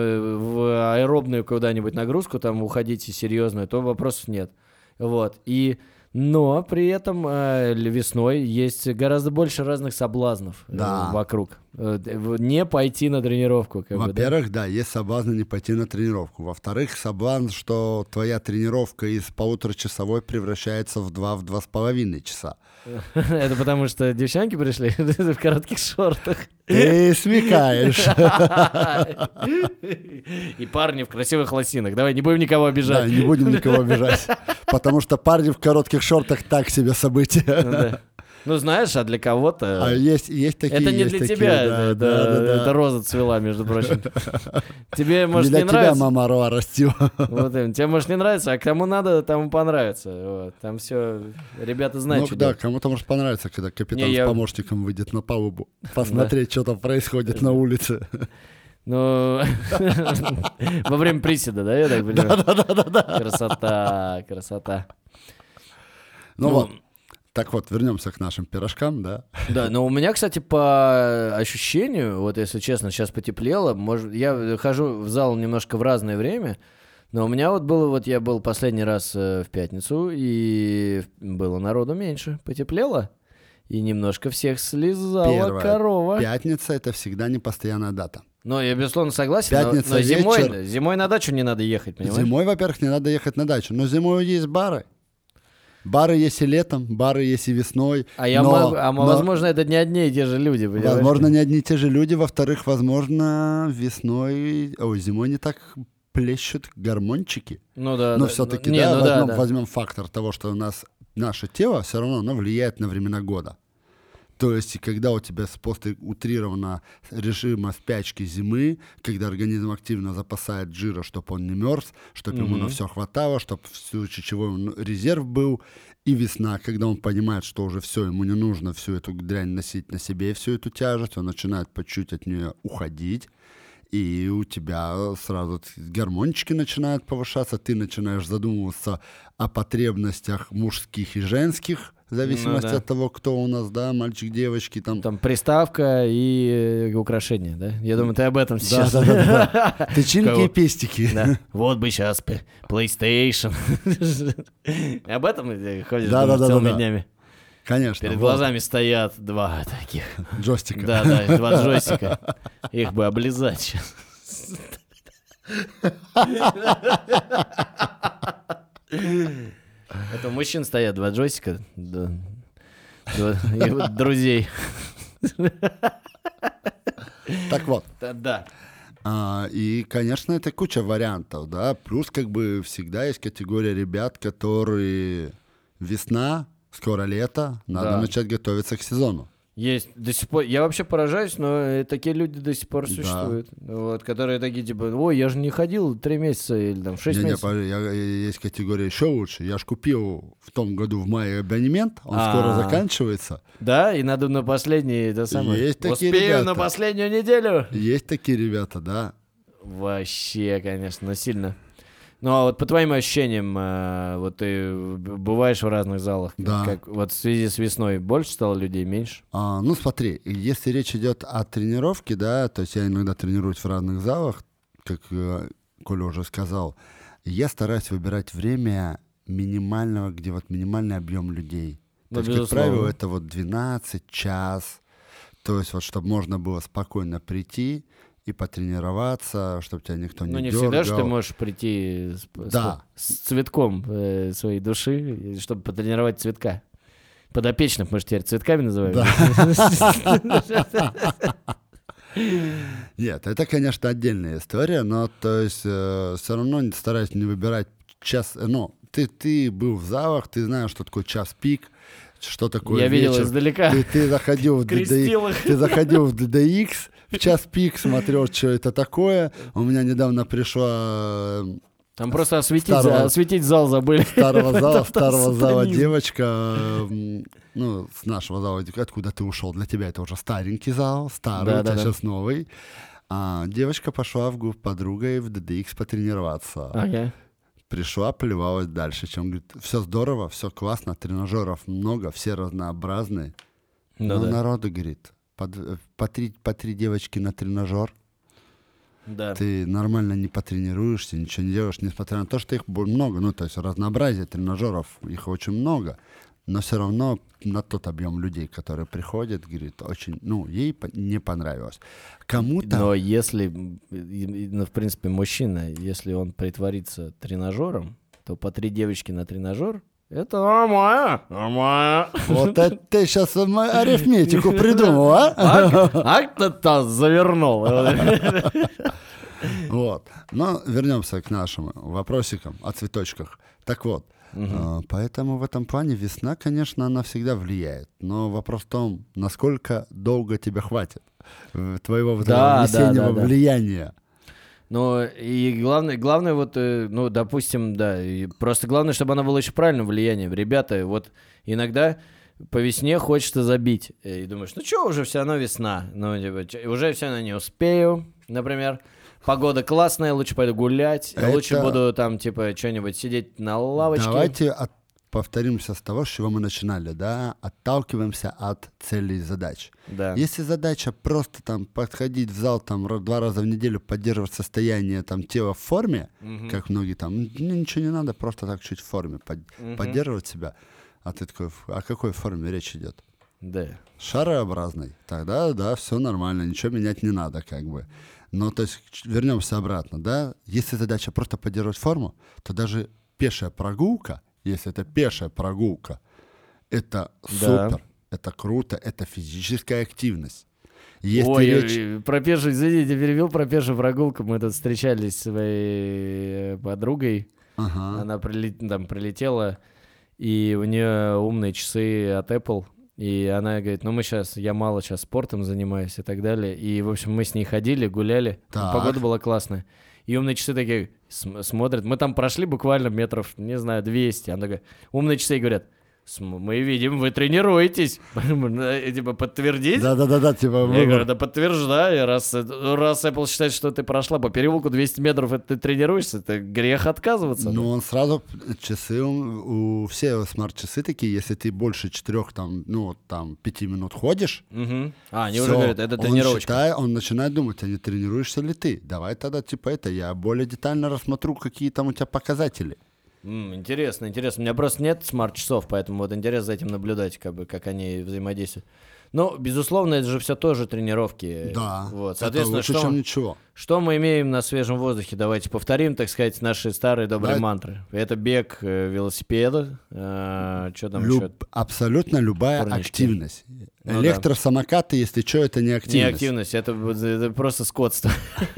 A: в аэробную куда-нибудь нагрузку там уходите серьезную, то вопросов нет. Вот, и... Но при этом э, весной есть гораздо больше разных соблазнов
B: да.
A: э, вокруг. Э, не пойти на тренировку. Как
B: Во-первых,
A: бы, да?
B: да, есть соблазн не пойти на тренировку. Во-вторых, соблазн, что твоя тренировка из полуторачасовой превращается в два, в два с половиной часа.
A: Это потому что девчонки пришли в коротких шортах.
B: Ты смекаешь.
A: И парни в красивых лосинах. Давай, не будем никого обижать.
B: Да, не будем никого обижать. Потому что парни в коротких шортах так себе событие.
A: Ну, да. Ну, знаешь, а для кого-то...
B: А есть, есть такие,
A: это не
B: есть
A: для
B: такие,
A: тебя,
B: да,
A: это,
B: да, да, да.
A: это роза цвела, между прочим. Тебе, может,
B: не
A: не нравится.
B: Для тебя мама Роа растила.
A: Вот, тебе, может, не нравится, а кому надо, тому понравится. Вот. Там все, ребята знают,
B: ну,
A: что
B: да,
A: делать.
B: Кому-то может понравиться, когда капитан
A: не,
B: с
A: я...
B: помощником выйдет на палубу, посмотреть, что там происходит на улице.
A: Ну, во время приседа, да, я так понимаю? Да-да-да. Красота, красота.
B: Ну вот, так вот, вернемся к нашим пирожкам, да?
A: Да, но у меня, кстати, по ощущению, вот если честно, сейчас потеплело, может, я хожу в зал немножко в разное время, но у меня вот было, вот я был последний раз в пятницу, и было народу меньше, потеплело. И немножко всех слезала
B: Первое.
A: корова.
B: Пятница — это всегда непостоянная дата.
A: Ну, я, безусловно, согласен,
B: Пятница
A: но, но зимой,
B: вечер.
A: зимой на дачу не надо ехать, понимаешь?
B: Зимой, во-первых, не надо ехать на дачу, но зимой есть бары. Бары есть и летом, бары есть и весной.
A: А, я
B: но,
A: могу, а
B: но,
A: возможно, это не одни и те же люди, понимаешь?
B: Возможно, не одни и те же люди. Во-вторых, возможно, весной, ой, зимой не так плещут гормончики.
A: Ну да.
B: Но
A: да,
B: все-таки,
A: ну,
B: да,
A: не, ну,
B: возьмем,
A: да, да.
B: возьмем фактор того, что у нас наше тело все равно оно влияет на времена года. То есть, когда у тебя после утрированного режима спячки зимы, когда организм активно запасает жира, чтобы он не мерз, чтобы mm-hmm. ему на все хватало, чтобы в случае чего резерв был, и весна, когда он понимает, что уже все, ему не нужно всю эту дрянь носить на себе, всю эту тяжесть, он начинает по чуть от нее уходить, и у тебя сразу гормончики начинают повышаться, ты начинаешь задумываться о потребностях мужских и женских, в зависимости ну, да. от того, кто у нас, да, мальчик, девочки. Там,
A: там приставка и украшения, да? Я думаю, ты об этом сейчас.
B: Да, да, да, да. Тычинки и пестики.
A: Да. Вот бы сейчас PlayStation. Об этом ходишь
B: да, да, да,
A: целыми
B: да,
A: днями.
B: Конечно.
A: Перед
B: вот.
A: глазами стоят два таких.
B: Джойстика.
A: Да, да, два джойстика. Их бы облизать сейчас. Это у мужчин стоят два джойстика, да, и друзей.
B: Так вот.
A: Да. да.
B: А, и, конечно, это куча вариантов, да. Плюс, как бы, всегда есть категория ребят, которые весна, скоро лето, надо да. начать готовиться к сезону.
A: Есть до сих пор. Я вообще поражаюсь, но такие люди до сих пор существуют. Да. Вот, которые такие, типа, ой, я же не ходил три месяца или там шесть
B: не,
A: месяцев.
B: Не, я, я, есть категория еще лучше. Я ж купил в том году в мае абонемент, он А-а-а. скоро заканчивается.
A: Да, и надо на последний, это самое.
B: Есть такие
A: Успею
B: ребята.
A: на последнюю неделю.
B: Есть такие ребята, да.
A: Вообще, конечно, сильно. Ну, а вот по твоим ощущениям, вот ты бываешь в разных залах,
B: да.
A: как, вот в связи с весной больше стало людей, меньше?
B: А, ну, смотри, если речь идет о тренировке, да, то есть я иногда тренируюсь в разных залах, как Коля уже сказал, я стараюсь выбирать время минимального, где вот минимальный объем людей.
A: Ну,
B: то есть,
A: безусловно.
B: как правило, это вот двенадцать, час, то есть вот чтобы можно было спокойно прийти и потренироваться, чтобы тебя никто не
A: дергал. Ну, не
B: дергал.
A: всегда же ты можешь прийти с,
B: да.
A: с, с цветком э, своей души, чтобы потренировать цветка. Подопечных, мы же теперь цветками называем.
B: Нет, это, конечно, отдельная история, но то есть э, все равно стараюсь не выбирать час. Ну, ты, ты был в залах, ты знаешь, что такое час пик, что такое
A: Я
B: вечер.
A: видел издалека.
B: Ты, ты, заходил в ди ди икс, ты заходил в ди ди икс, в час пик смотрел, что это такое. У меня недавно пришла...
A: Там просто осветить, старого, осветить зал забыли.
B: Старого зала, старого зала девочка, ну, с нашего зала, откуда ты ушел, для тебя это уже старенький зал, старый, да, у тебя да, сейчас да. новый. А девочка пошла в группу подругой в ди ди икс потренироваться.
A: Okay.
B: Пришла, плевалась дальше, чем говорит, все здорово, все классно, тренажеров много, все разнообразные. Ну, Но да. народу, говорит, по, по, три, по три девочки на тренажер.
A: Да.
B: Ты нормально не потренируешься, ничего не делаешь, несмотря на то, что их много, ну, то есть разнообразие тренажеров, их очень много, но все равно на тот объем людей, которые приходят, говорит, очень, ну, ей не понравилось. Кому-то...
A: Но если, ну, в принципе, мужчина, если он притворится тренажером, то по три девочки на тренажер, это нормально, нормально.
B: Вот это ты сейчас арифметику придумал, а?
A: А кто-то завернул.
B: Вот. Но вернемся к нашим вопросикам о цветочках. Так вот, угу. Поэтому в этом плане весна, конечно, она всегда влияет. Но вопрос в том, насколько долго тебе хватит твоего да, весеннего да, да, влияния.
A: Ну, и главное, главное вот, ну, допустим, да, и просто главное, чтобы оно было еще правильным влиянием. Ребята, вот иногда по весне хочется забить. И думаешь, ну что, уже все равно весна. Ну, типа, уже все равно не успею, например. Погода классная, лучше пойду гулять. Это... Лучше буду там, типа, что-нибудь сидеть на лавочке.
B: Давайте от... повторимся с того, с чего мы начинали, да? Отталкиваемся от целей и задач.
A: Да.
B: Если задача просто там подходить в зал там два раза в неделю, поддерживать состояние там тела в форме, угу. как многие там, ну, ничего не надо, просто так чуть в форме, под... угу. поддерживать себя. А ты такой, о какой форме речь идет?
A: Да.
B: Шарообразной. Тогда, да, все нормально, ничего менять не надо, как бы. Но, то есть, вернемся обратно, да? Если задача просто поддерживать форму, то даже пешая прогулка, если это пешая прогулка, это
A: да.
B: супер, это круто, это физическая активность. Если
A: Ой,
B: речь...
A: про пешую, извините, перевел про пешую прогулку. Мы тут встречались с своей подругой.
B: Ага.
A: Она прилет... там прилетела, и у нее умные часы от Apple. И она говорит, ну мы сейчас, я мало сейчас спортом занимаюсь и так далее. И, в общем, мы с ней ходили, гуляли. Погода была классная. И умные часы такие см- смотрят. Мы там прошли буквально метров, не знаю, двести. Она такая, умные часы говорят, мы видим, вы тренируетесь. Типа, подтвердить?
B: Да-да-да, типа.
A: Я говорю, да подтверждаю. Раз, раз Apple считает, что ты прошла по переулку двести метров, это ты тренируешься, это грех отказываться.
B: Ну, он сразу, часы, у все смарт-часы такие, если ты больше четырех, там, ну, там, пяти минут ходишь.
A: Угу. А, они
B: всё,
A: уже говорят, это тренировочка.
B: Он, считает, он начинает думать, а не тренируешься ли ты? Давай тогда, типа, это, я более детально рассмотрю, какие там у тебя показатели.
A: Mm, интересно, интересно. У меня просто нет смарт-часов, поэтому вот интересно за этим наблюдать, как бы, как они взаимодействуют. Ну, безусловно, это же все тоже тренировки.
B: Да,
A: вот. Соответственно,
B: это лучше,
A: что,
B: чем ничего.
A: Что мы имеем на свежем воздухе? Давайте повторим, так сказать, наши старые добрые да. мантры. Это бег, э, велосипеды, э, что там
B: Люб...
A: еще?
B: Абсолютно любая Порнички. Активность. Ну, электросамокаты, да. Если что, это не активность.
A: Не активность, это, это просто скотство.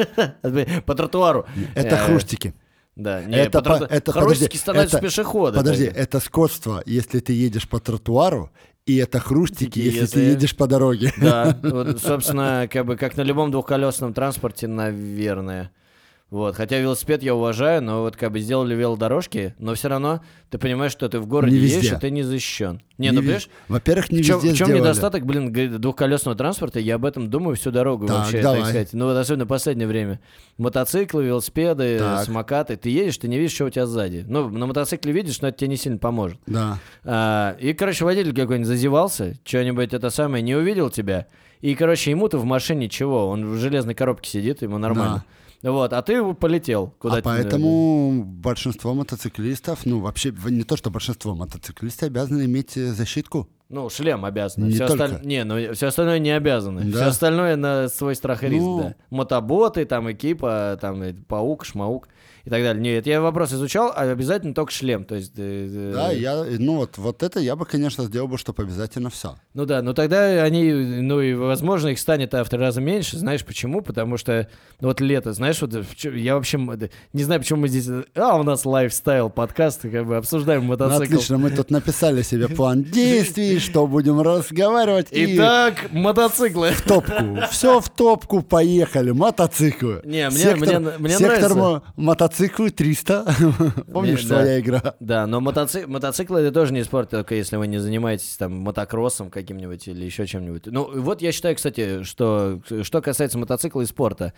A: По тротуару.
B: Это хрустики.
A: Да, не,
B: это,
A: по,
B: по, это
A: хрустики становятся
B: это,
A: пешеходы.
B: Подожди,
A: так.
B: это скотство, если ты едешь по тротуару, и это хрустики, если, если ты едешь по дороге.
A: Да, вот, собственно, как бы как на любом двухколесном транспорте, наверное. Вот, хотя велосипед я уважаю, но вот как бы сделали велодорожки, но все равно ты понимаешь, что ты в городе едешь, и ты не защищен. Не,
B: не
A: ну понимаешь?
B: Во-первых, не
A: в чем,
B: везде
A: в чем
B: сделали.
A: недостаток, блин, двухколесного транспорта? Я об этом думаю всю дорогу
B: так,
A: вообще,
B: давай.
A: так сказать. Ну вот особенно в последнее время. Мотоциклы, велосипеды, так. самокаты. Ты едешь, ты не видишь, что у тебя сзади. Ну, на мотоцикле видишь, но это тебе не сильно поможет.
B: Да.
A: А, и, короче, водитель какой-нибудь зазевался, что-нибудь это самое, не увидел тебя. И, короче, ему-то в машине чего? Он в железной коробке сидит, ему нормально. Да. Вот, а ты полетел куда-то.
B: А поэтому большинство мотоциклистов, ну вообще не то, что большинство мотоциклистов обязаны иметь защитку.
A: Ну, шлем обязаны.
B: Не
A: все,
B: только.
A: осталь... не, ну, все остальное не обязаны.
B: Да.
A: Все остальное на свой страх и риск,
B: ну...
A: да. Мотоботы, там, экипа, там, паук, шмаук и так далее. Нет, я вопрос изучал, а обязательно только шлем. То есть, э,
B: да, я, ну вот, вот это я бы, конечно, сделал бы, чтобы обязательно все.
A: Ну да, но тогда они, ну и, возможно, их станет в три раза меньше. Знаешь почему? Потому что, ну вот лето, знаешь, вот я вообще не знаю, почему мы здесь... А, у нас лайфстайл подкаст, как бы обсуждаем мотоцикл.
B: Ну, отлично, мы тут написали себе план действий, что будем разговаривать.
A: Итак, и... мотоциклы.
B: В топку. Все в топку, поехали. Мотоциклы.
A: Не, мне,
B: сектор,
A: мне, мне
B: сектор
A: нравится.
B: Мотоциклы триста. Помнишь,
A: да.
B: своя игра?
A: Да, но мотоци... мотоциклы это тоже не спорт, только если вы не занимаетесь там мотокроссом каким-нибудь или еще чем-нибудь. Ну, вот я считаю, кстати, что что касается мотоцикла и спорта.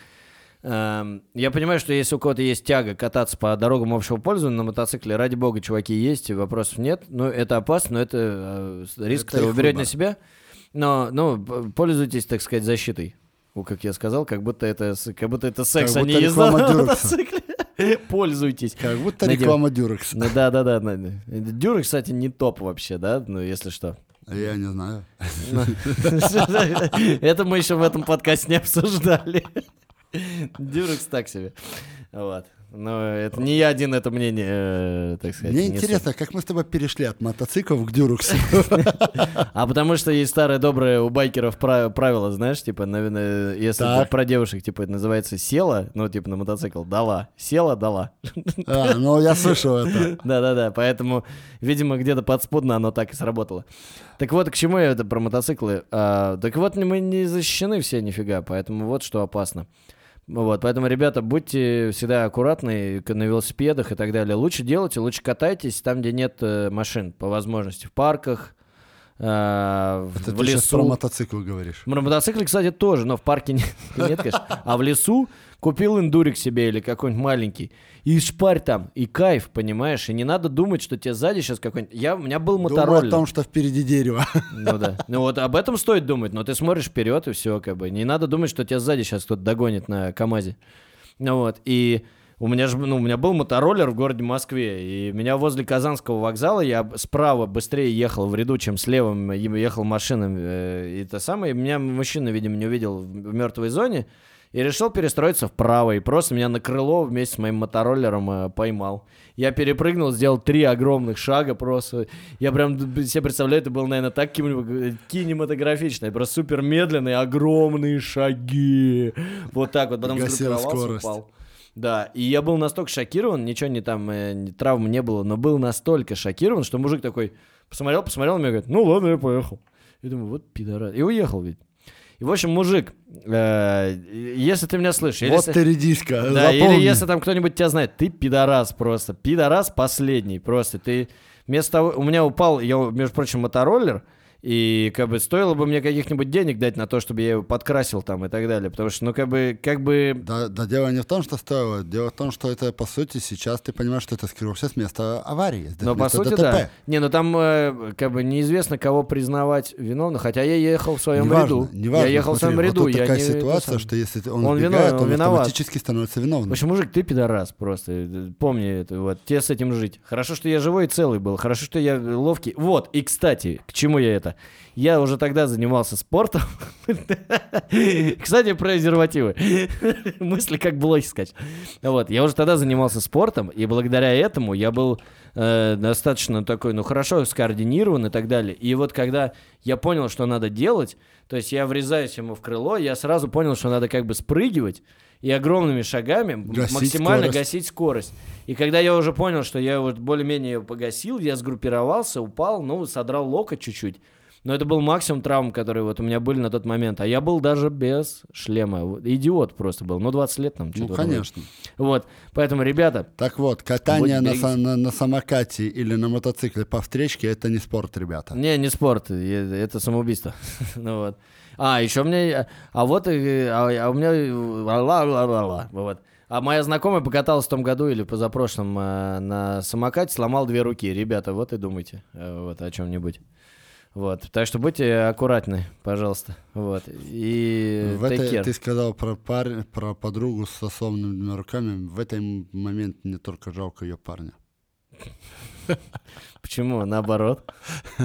A: Эм, я понимаю, что если у кого-то есть тяга кататься по дорогам общего пользования на мотоцикле, ради бога, чуваки, есть, вопросов нет. Ну, это опасно, но это э, риск,
B: это
A: который вы берете
B: выбор.
A: на себя. Но, ну, пользуйтесь, так сказать, защитой. Ну, как я сказал, как будто это, как будто это секс,
B: как
A: а не езда на мотоцикле. Пользуйтесь.
B: Как будто реклама Дюрекс.
A: Ну, да, да, да. Дюрекс, кстати, не топ вообще, да, ну, если что.
B: Я не знаю.
A: Это мы еще в этом подкасте не обсуждали. Дюрекс так себе. Вот. Но это не я один это мнение, э, так сказать.
B: Мне интересно, как мы с тобой перешли от мотоциклов к дюрексу.
A: А потому что есть старое доброе у байкеров правило, знаешь, типа, наверное, если про девушек, типа, это называется села, ну, типа, на мотоцикл, дала, села, дала.
B: А, ну, я слышал это.
A: Да-да-да, поэтому, видимо, где-то подспудно оно так и сработало. Так вот, к чему я это про мотоциклы? А, так вот, мы не защищены все нифига, поэтому вот что опасно. Вот, поэтому, ребята, будьте всегда аккуратны на велосипедах и так далее. Лучше делайте, лучше катайтесь там, где нет э, машин, по возможности. В парках, э, в,
B: Это
A: в
B: ты
A: лесу.
B: сейчас про мотоцикл говоришь.
A: Про мотоциклы, кстати, тоже, но в парке нет, нет, конечно. А в лесу купил эндурик себе или какой-нибудь маленький. И шпарь там, и кайф, понимаешь? И не надо думать, что тебе сзади сейчас какой-нибудь... Я, у меня был мотороллер.
B: Думаю о том, что впереди дерево.
A: Ну да. Ну вот об этом стоит думать, но ты смотришь вперед, и все, как бы. Не надо думать, что тебя сзади сейчас кто-то догонит на КамАЗе. Ну вот, и... У меня же, ну, у меня был мотороллер в городе Москве, и меня возле Казанского вокзала, я справа быстрее ехал в ряду, чем слева ехал машина, э, и то самое, и меня мужчина, видимо, не увидел в мертвой зоне, и решил перестроиться вправо, и просто меня на крыло вместе с моим мотороллером э, поймал. Я перепрыгнул, сделал три огромных шага просто. Я прям себе представляю, это было, наверное, так кинематографично. Просто супер медленные, огромные шаги. Вот так вот, потом сгруппировался, упал. Да, и я был настолько шокирован, ничего не там, э, травм не было, но был настолько шокирован, что мужик такой посмотрел, посмотрел на меня и говорит, ну ладно, я поехал. Я думаю, вот пидорас. И уехал ведь. И, в общем, мужик, э, если ты меня слышишь...
B: Вот
A: если,
B: ты редиска,
A: да,
B: запомни.
A: Или если там кто-нибудь тебя знает, ты пидорас просто. Пидорас последний просто. Ты вместо того... У меня упал, я, между прочим, мотороллер, и как бы стоило бы мне каких-нибудь денег дать на то, чтобы я его подкрасил там и так далее. Потому что, ну, как бы... Как бы...
B: Да, да дело не в том, что стоило. Дело в том, что это, по сути, сейчас ты понимаешь, что это скрылся с места аварии.
A: Но, по сути,
B: ДТП.
A: да. Не, ну там э, как бы неизвестно, кого признавать виновным. Хотя я ехал в своем
B: неважно,
A: ряду.
B: Неважно,
A: я ехал
B: смотри,
A: в своем
B: вот
A: ряду.
B: тут
A: Я
B: такая
A: не,
B: ситуация,
A: сам...
B: что если он,
A: он
B: убегает,
A: виновен, он,
B: он
A: виноват.
B: автоматически становится виновным.
A: В общем, мужик, ты пидорас просто. Помни это. Вот. Тебе с этим жить. Хорошо, что я живой и целый был. Хорошо, что я ловкий. Вот. И, кстати, к чему я это? Я уже тогда занимался спортом. Кстати, про презервативы. Мысли как блоки скачут. Вот. Я уже тогда занимался спортом, и благодаря этому я был э, достаточно такой, ну, хорошо скоординирован и так далее. И вот когда я понял, что надо делать, то есть я врезаюсь ему в крыло, я сразу понял, что надо как бы спрыгивать и огромными шагами
B: гасить
A: максимально
B: скорость.
A: гасить скорость. И когда я уже понял, что я вот более-менее ее погасил, я сгруппировался, упал, ну, содрал локоть чуть-чуть. Но это был максимум травм, которые вот у меня были на тот момент. А я был даже без шлема. Идиот просто был. Ну, двадцать лет там.
B: Ну, конечно.
A: Вот. Поэтому, ребята...
B: Так вот, катание на, на, на самокате или на мотоцикле по встречке — это не спорт, ребята.
A: Не, не спорт. Это самоубийство. Ну вот. А, еще у меня... А вот... А, а у меня... Вот. А моя знакомая покаталась в том году или позапрошлом на самокате, сломал две руки. Ребята, вот и думайте вот о чем-нибудь. Вот, так что будьте аккуратны, пожалуйста. Вот. И
B: в этой, ты сказал про, пар... про подругу с сломанными руками. В этот момент мне только жалко ее парня.
A: Почему? Наоборот.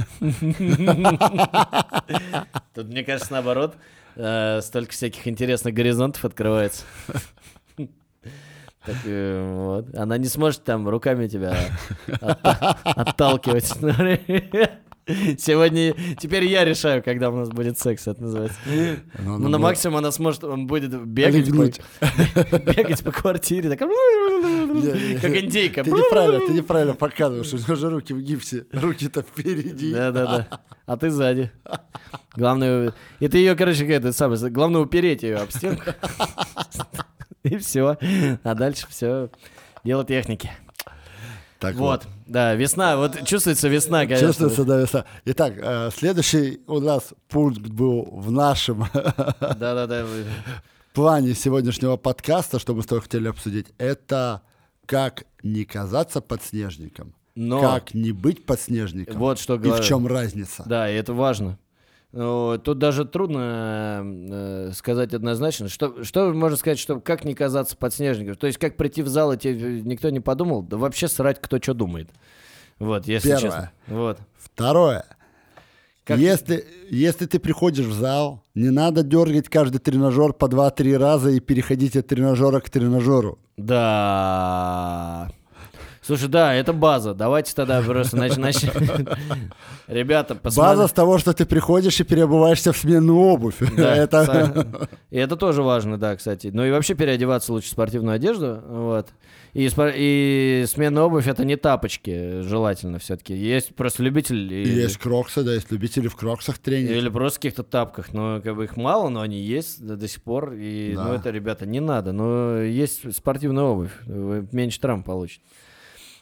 A: Тут, мне кажется, наоборот, столько всяких интересных горизонтов открывается. Так, вот. Она не сможет там руками тебя отталкивать. Сегодня, теперь я решаю, когда у нас будет секс, это называется. Ну, ну на максимум она сможет, он будет бегать по, бегать по квартире, так, как индейка.
B: Ты неправильно, ты неправильно показываешь, у него же руки в гипсе, руки-то впереди.
A: Да-да-да, а ты сзади. Главное, и ты ее, короче, это самое, главное упереть ее об стенку. И все, а дальше все, дело техники.
B: Так
A: вот,
B: вот,
A: да, весна, вот чувствуется весна, конечно.
B: Чувствуется, да, весна. Итак, э, следующий у нас пункт был в нашем
A: Да-да-да.
B: плане сегодняшнего подкаста, что мы с тобой хотели обсудить, это как не казаться подснежником,
A: Но...
B: как не быть подснежником,
A: вот что
B: и
A: говорю.
B: в чем разница.
A: Да, и это важно. Тут даже трудно э, сказать однозначно. Что, что можно сказать, что как не казаться подснежником? То есть как прийти в зал, и тебе никто не подумал? Да вообще срать, кто что думает. Вот, если
B: Первое.
A: честно. Вот.
B: Второе.
A: Как...
B: Если, если ты приходишь в зал, не надо дергать каждый тренажер по два-три раза и переходить от тренажера к тренажеру.
A: Да... Слушай, да, это база. Давайте тогда просто начнем. Ребята, посмотрите.
B: База с того, что ты приходишь и переобуваешься в сменную обувь.
A: Да,
B: это...
A: И это тоже важно, да, кстати. Ну и вообще переодеваться лучше в спортивную одежду. Вот. И, спор... и сменная обувь — это не тапочки, желательно все-таки. Есть просто любители...
B: И есть кроксы, да, есть любители в кроксах тренить.
A: Или просто в каких-то тапках. Ну, как бы их мало, но они есть до, до сих пор. И, да. Ну, это, ребята, не надо. Но есть спортивная обувь. Вы меньше травм получите.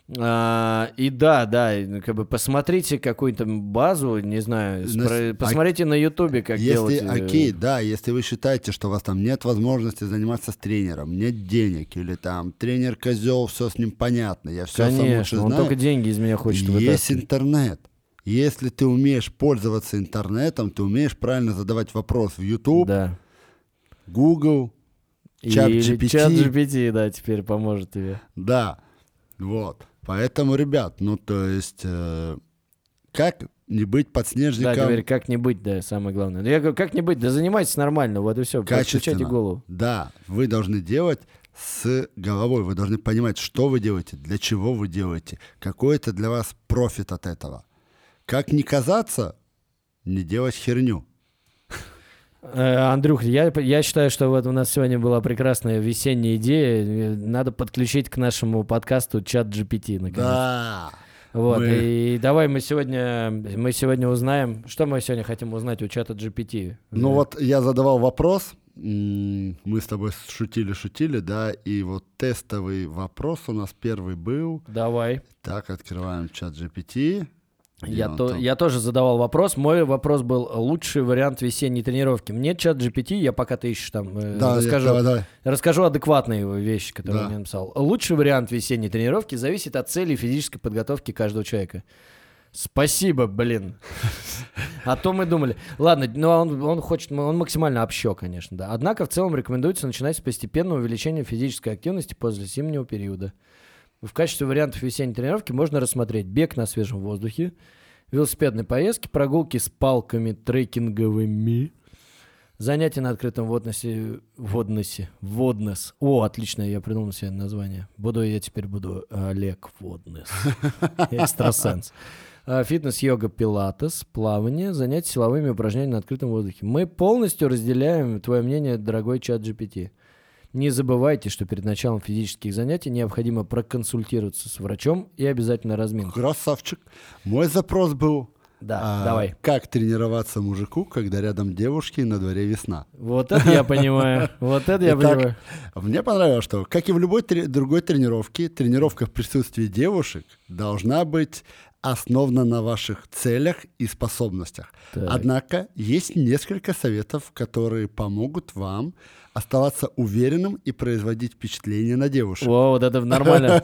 A: А, и да, да, как бы посмотрите какую-то базу, не знаю, спро... посмотрите а... на Ютубе, как
B: если,
A: делать.
B: Окей, да, если вы считаете, что у вас там нет возможности заниматься с тренером, нет денег, или там тренер козел, все с ним понятно, я все
A: Конечно,
B: сам лучше
A: он
B: знаю.
A: только деньги из меня хочет вытаскивать.
B: Есть интернет. Если ты умеешь пользоваться интернетом, ты умеешь правильно задавать вопрос в YouTube,
A: да.
B: Google, чат джи пи ти.
A: Чат джи пи ти, да, теперь поможет тебе.
B: Да, вот. Поэтому, ребят, ну то есть, э, как не быть подснежником?
A: Да, теперь как не быть, да, самое главное. Я говорю, как не быть, да занимайтесь нормально, вот и все, подключайте голову.
B: Да, вы должны делать с головой, вы должны понимать, что вы делаете, для чего вы делаете, какой это для вас профит от этого. Как не казаться, не делать херню.
A: Андрюх, я, я считаю, что вот у нас сегодня была прекрасная весенняя идея. Надо подключить к нашему подкасту чат джи пи ти, наконец.
B: Да.
A: Вот,
B: мы...
A: и давай мы сегодня, мы сегодня узнаем, что мы сегодня хотим узнать у чата джи пи ти.
B: Ну да. Вот я задавал вопрос, мы с тобой шутили-шутили, да, и вот тестовый вопрос у нас первый был.
A: Давай.
B: Так, открываем чат джи пи ти.
A: Я, то, я тоже задавал вопрос. Мой вопрос был лучший вариант весенней тренировки. Мне чат джи пи ти, я пока ты ищешь там, да, расскажу, я, давай, расскажу адекватные вещи, которые да. он мне написал. Лучший вариант весенней тренировки зависит от цели физической подготовки каждого человека. Спасибо, блин. А то мы думали. Ладно, ну он, он хочет, он максимально общо, конечно, да. Однако в целом рекомендуется начинать с постепенного увеличения физической активности после зимнего периода. В качестве вариантов весенней тренировки можно рассмотреть бег на свежем воздухе, велосипедные поездки, прогулки с палками трекинговыми, занятия на открытом водносе, водносе, воднос. О, отлично, я придумал себе название. Буду я теперь буду Олег Воднос. Экстрасенс. Фитнес, йога, пилатес, плавание, занятия силовыми упражнениями на открытом воздухе. Мы полностью разделяем твое мнение, дорогой чат джи пи ти. Не забывайте, что перед началом физических занятий необходимо проконсультироваться с врачом и обязательно разминку.
B: Красавчик. Мой запрос был,
A: да,
B: а,
A: давай.
B: Как тренироваться мужику, когда рядом девушки и на дворе весна.
A: Вот это я понимаю. Вот это я понимаю.
B: Мне понравилось, что, как и в любой другой тренировке, тренировка в присутствии девушек должна быть основана на ваших целях и способностях. Так. Однако есть несколько советов, которые помогут вам оставаться уверенным и производить впечатление на девушек.
A: О, вот это нормально.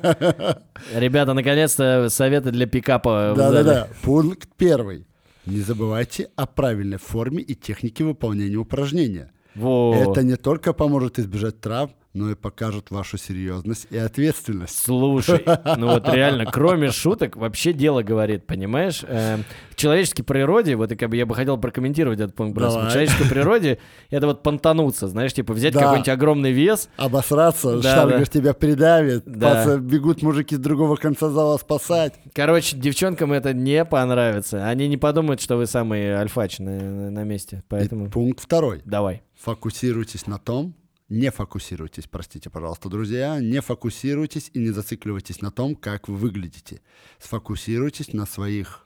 A: Ребята, наконец-то советы для пикапа.
B: Да-да-да. Пункт первый. Не забывайте о правильной форме и технике выполнения упражнения.
A: Во.
B: Это не только поможет избежать травм, но и покажет вашу серьезность и ответственность.
A: Слушай, ну вот реально, кроме шуток, вообще дело говорит, понимаешь? Э, в человеческой природе, вот и как бы я бы хотел прокомментировать этот пункт, просто в человеческой природе это вот понтануться, знаешь, типа взять да. какой-нибудь огромный вес.
B: Обосраться, да, штангер да. тебя придавит, да. бегут мужики с другого конца зала спасать.
A: Короче, девчонкам это не понравится. Они не подумают, что вы самые альфачи на, на месте, поэтому...
B: И пункт второй.
A: Давай.
B: Фокусируйтесь на том, Не фокусируйтесь, простите, пожалуйста, друзья, не фокусируйтесь и не зацикливайтесь на том, как вы выглядите. Сфокусируйтесь на своих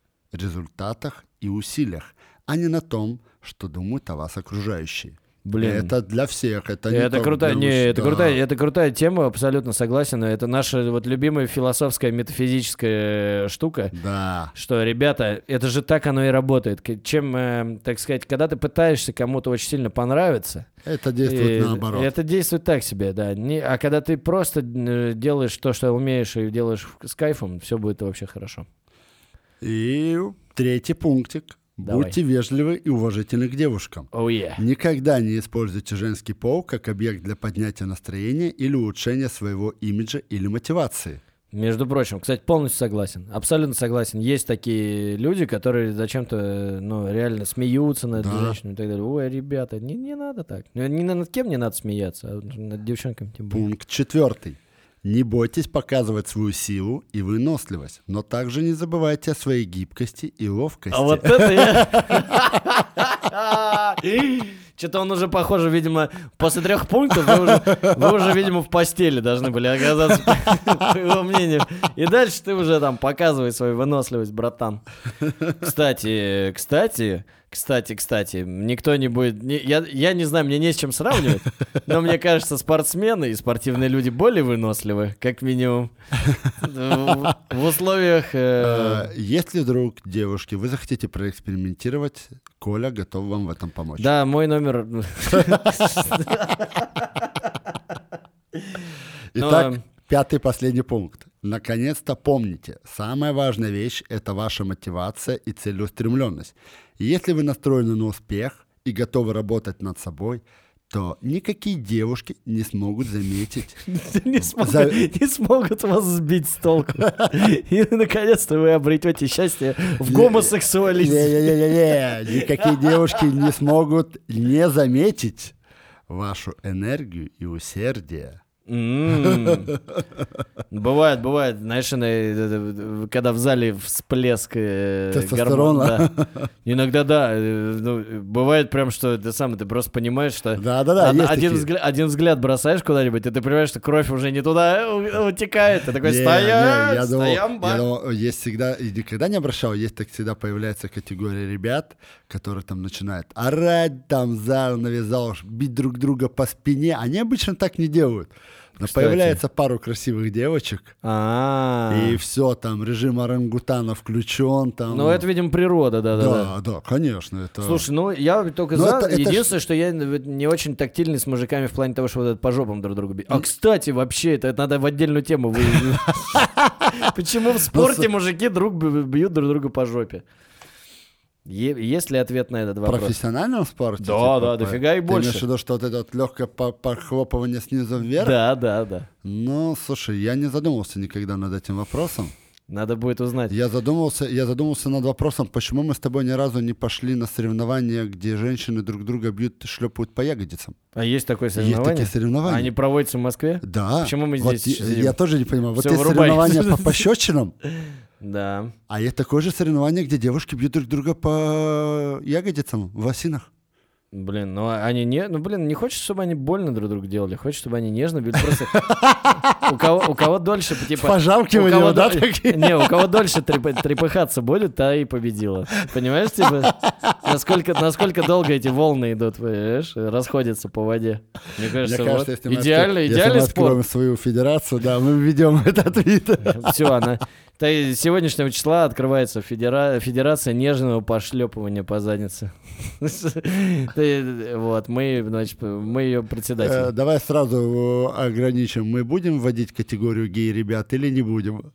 B: результатах и усилиях, а не на том, что думают о вас окружающие. Блин. Это для всех, это не
A: это крутая,
B: для...
A: не, это
B: да.
A: крутая, это крутая тема, абсолютно согласен. Это наша вот любимая философская метафизическая штука.
B: Да.
A: Что, ребята, это же так оно и работает. Чем, э, так сказать, когда ты пытаешься кому-то очень сильно понравиться,
B: это действует и, наоборот.
A: Это действует так себе, да. Не, а когда ты просто делаешь то, что умеешь, и делаешь с кайфом, все будет вообще хорошо.
B: И третий пунктик.
A: Давай.
B: Будьте вежливы и уважительны к девушкам.
A: Oh, yeah.
B: Никогда не используйте женский пол как объект для поднятия настроения или улучшения своего имиджа или мотивации.
A: Между прочим, кстати, полностью согласен. Абсолютно согласен. Есть такие люди, которые зачем-то, ну, реально смеются над да. женщинами и так далее. Ой, ребята, не, не надо так. Не над кем не надо смеяться, а над девчонками тем более.
B: Пункт четвертый. Не бойтесь показывать свою силу и выносливость, но также не забывайте о своей гибкости и ловкости.
A: А вот это я... Что-то он уже, похоже, видимо, после трех пунктов вы уже, вы уже, видимо, в постели должны были оказаться, по его мнению. И дальше ты уже там показывай свою выносливость, братан. Кстати, кстати, Кстати, кстати, никто не будет... Не, я, я не знаю, мне не с чем сравнивать, но мне кажется, спортсмены и спортивные люди более выносливы, как минимум, в, в условиях... Э...
B: Если вдруг, девушки, вы захотите проэкспериментировать, Коля готов вам в этом помочь.
A: Да, мой номер...
B: Итак, пятый последний пункт. Наконец-то помните, самая важная вещь – это ваша мотивация и целеустремленность. Если вы настроены на успех и готовы работать над собой, то никакие девушки не смогут заметить.
A: Не смогут, За... не смогут вас сбить с толку. И наконец-то вы обретете счастье в гомосексуализме.
B: Не-не-не, никакие девушки не смогут не заметить вашу энергию и усердие.
A: Mm. Бывает, бывает, знаешь, когда в зале всплеск
B: тестостерона.
A: Да. Иногда да, ну, бывает прям, что ты сам, ты просто понимаешь, что
B: да, да, да,
A: од- один, взгляд, один взгляд бросаешь куда-нибудь, и ты понимаешь, что кровь уже не туда утекает, ты такой, стоять, стоям,
B: я думал, есть всегда, и никогда не обращал, есть так всегда появляется категория ребят, которые там начинают орать, там зал навязал, бить друг друга по спине, они обычно так не делают. Но Кстати. Появляется пару красивых девочек,
A: А-а-а.
B: и все, там режим орангутана включен. Там...
A: Ну, это, видимо, природа, да-да-да.
B: Да, да, конечно. Это...
A: Слушай, ну, я только Но за. Это, Единственное, это... что я не очень тактильный с мужиками в плане того, что вот это по жопам друг друга бить. А, кстати, вообще, это надо в отдельную тему выявить. Почему в спорте мужики бьют друг друга по жопе? Есть ли ответ на этот вопрос?
B: В профессиональном спорте?
A: Да,
B: типа,
A: да, дофига и больше.
B: Ты имеешь в виду, что вот это вот легкое похлопывание снизу вверх?
A: Да, да, да.
B: Ну, слушай, я не задумывался никогда над этим вопросом.
A: Надо будет узнать.
B: Я задумался, я задумался над вопросом, почему мы с тобой ни разу не пошли на соревнования, где женщины друг друга бьют, шлепают по ягодицам.
A: А есть такое соревнование?
B: Есть такие соревнования.
A: Они проводятся в Москве?
B: Да.
A: Почему мы
B: вот
A: здесь
B: я,
A: сидим?
B: Я тоже не понимаю. Вот есть соревнования по пощечинам.
A: Да.
B: А есть такое же соревнование, где девушки бьют друг друга по ягодицам в осинах.
A: Блин, ну они не... Ну, блин, не хочешь, чтобы они больно друг другу делали? Хочешь, чтобы они нежно били? Просто... У кого, у кого дольше, типа...
B: Пожалкивание, да,
A: такие? Не, у кого дольше трепыхаться будет, та и победила. Понимаешь, типа? Насколько, насколько долго эти волны идут, понимаешь? Расходятся по воде. Мне кажется,
B: Мне кажется,
A: вот
B: если мы
A: идеальный,
B: откроем,
A: идеальный
B: если мы откроем
A: спорт.
B: свою федерацию, да, мы введем этот вид.
A: Все, она... С сегодняшнего числа открывается федера... Федерация нежного пошлепывания по заднице. Вот, мы, значит, мы ее председатель.
B: Давай сразу ограничим. Мы будем вводить категорию гей-ребят или не будем?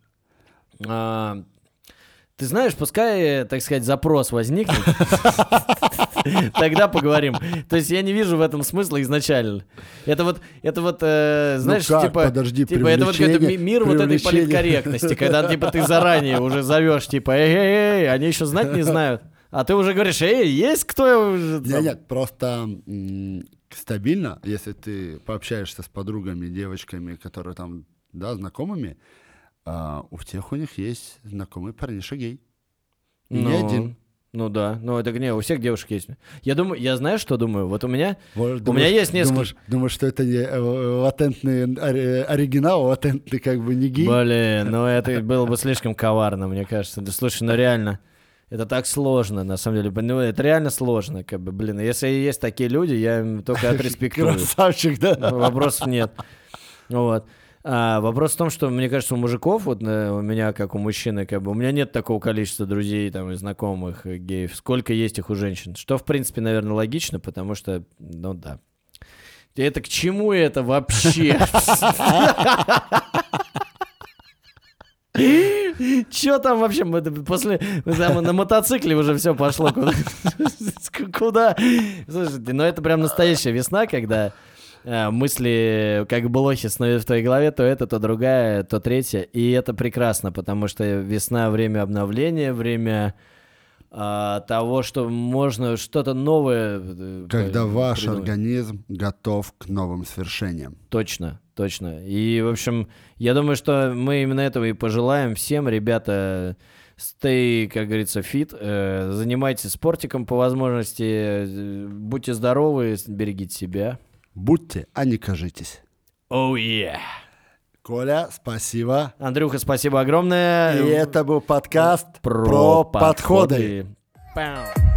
A: Ты знаешь, пускай, так сказать, запрос возникнет, тогда поговорим. То есть я не вижу в этом смысла изначально. Это вот, это вот, э, знаешь,
B: ну как?
A: типа,
B: Подожди,
A: типа это вот это мир вот этой политкорректности, когда типа ты заранее уже зовешь, типа, эй, эй, эй, они еще знать не знают, а ты уже говоришь, эй, есть кто?
B: Нет, нет, просто м- стабильно, если ты пообщаешься с подругами, девочками, которые там, да, знакомыми. А у всех у них есть знакомый парниша гей. И
A: ну,
B: не один.
A: Ну да, ну это не, у всех девушек есть. Я думаю, я знаю, что думаю. Вот у меня,
B: Может,
A: у
B: думаешь,
A: меня есть несколько.
B: Думаешь, думаешь, что это не латентный оригинал, латентный как бы не гей?
A: Блин, ну это было бы слишком коварно, мне кажется. Да слушай, ну реально, это так сложно, на самом деле. Ну это реально сложно, как бы, блин. Если есть такие люди, я им только отреспектую.
B: Красавчик, да?
A: Вопросов нет. Вот. А, вопрос в том, что, мне кажется, у мужиков, вот э, у меня, как у мужчины, как бы, у меня нет такого количества друзей там, и знакомых э, геев, сколько есть их у женщин. Что, в принципе, наверное, логично, потому что, ну да. Это к чему это вообще? Че там вообще? После на мотоцикле уже все пошло куда? Куда? Слушайте, ну это прям настоящая весна, когда мысли как блохи становятся в твоей голове, то это, то другая, то третья. И это прекрасно, потому что весна — время обновления, время а, того, что можно что-то новое
B: когда
A: придумать.
B: Ваш организм готов к новым свершениям.
A: Точно, точно. И, в общем, я думаю, что мы именно этого и пожелаем всем. Ребята, stay, как говорится, fit, э, занимайтесь спортиком по возможности, э, будьте здоровы, берегите себя.
B: Будьте, а не кажитесь.
A: Oh yeah.
B: Коля, спасибо.
A: Андрюха, спасибо огромное.
B: И это был подкаст
A: про,
B: про
A: подходы.
B: подходы.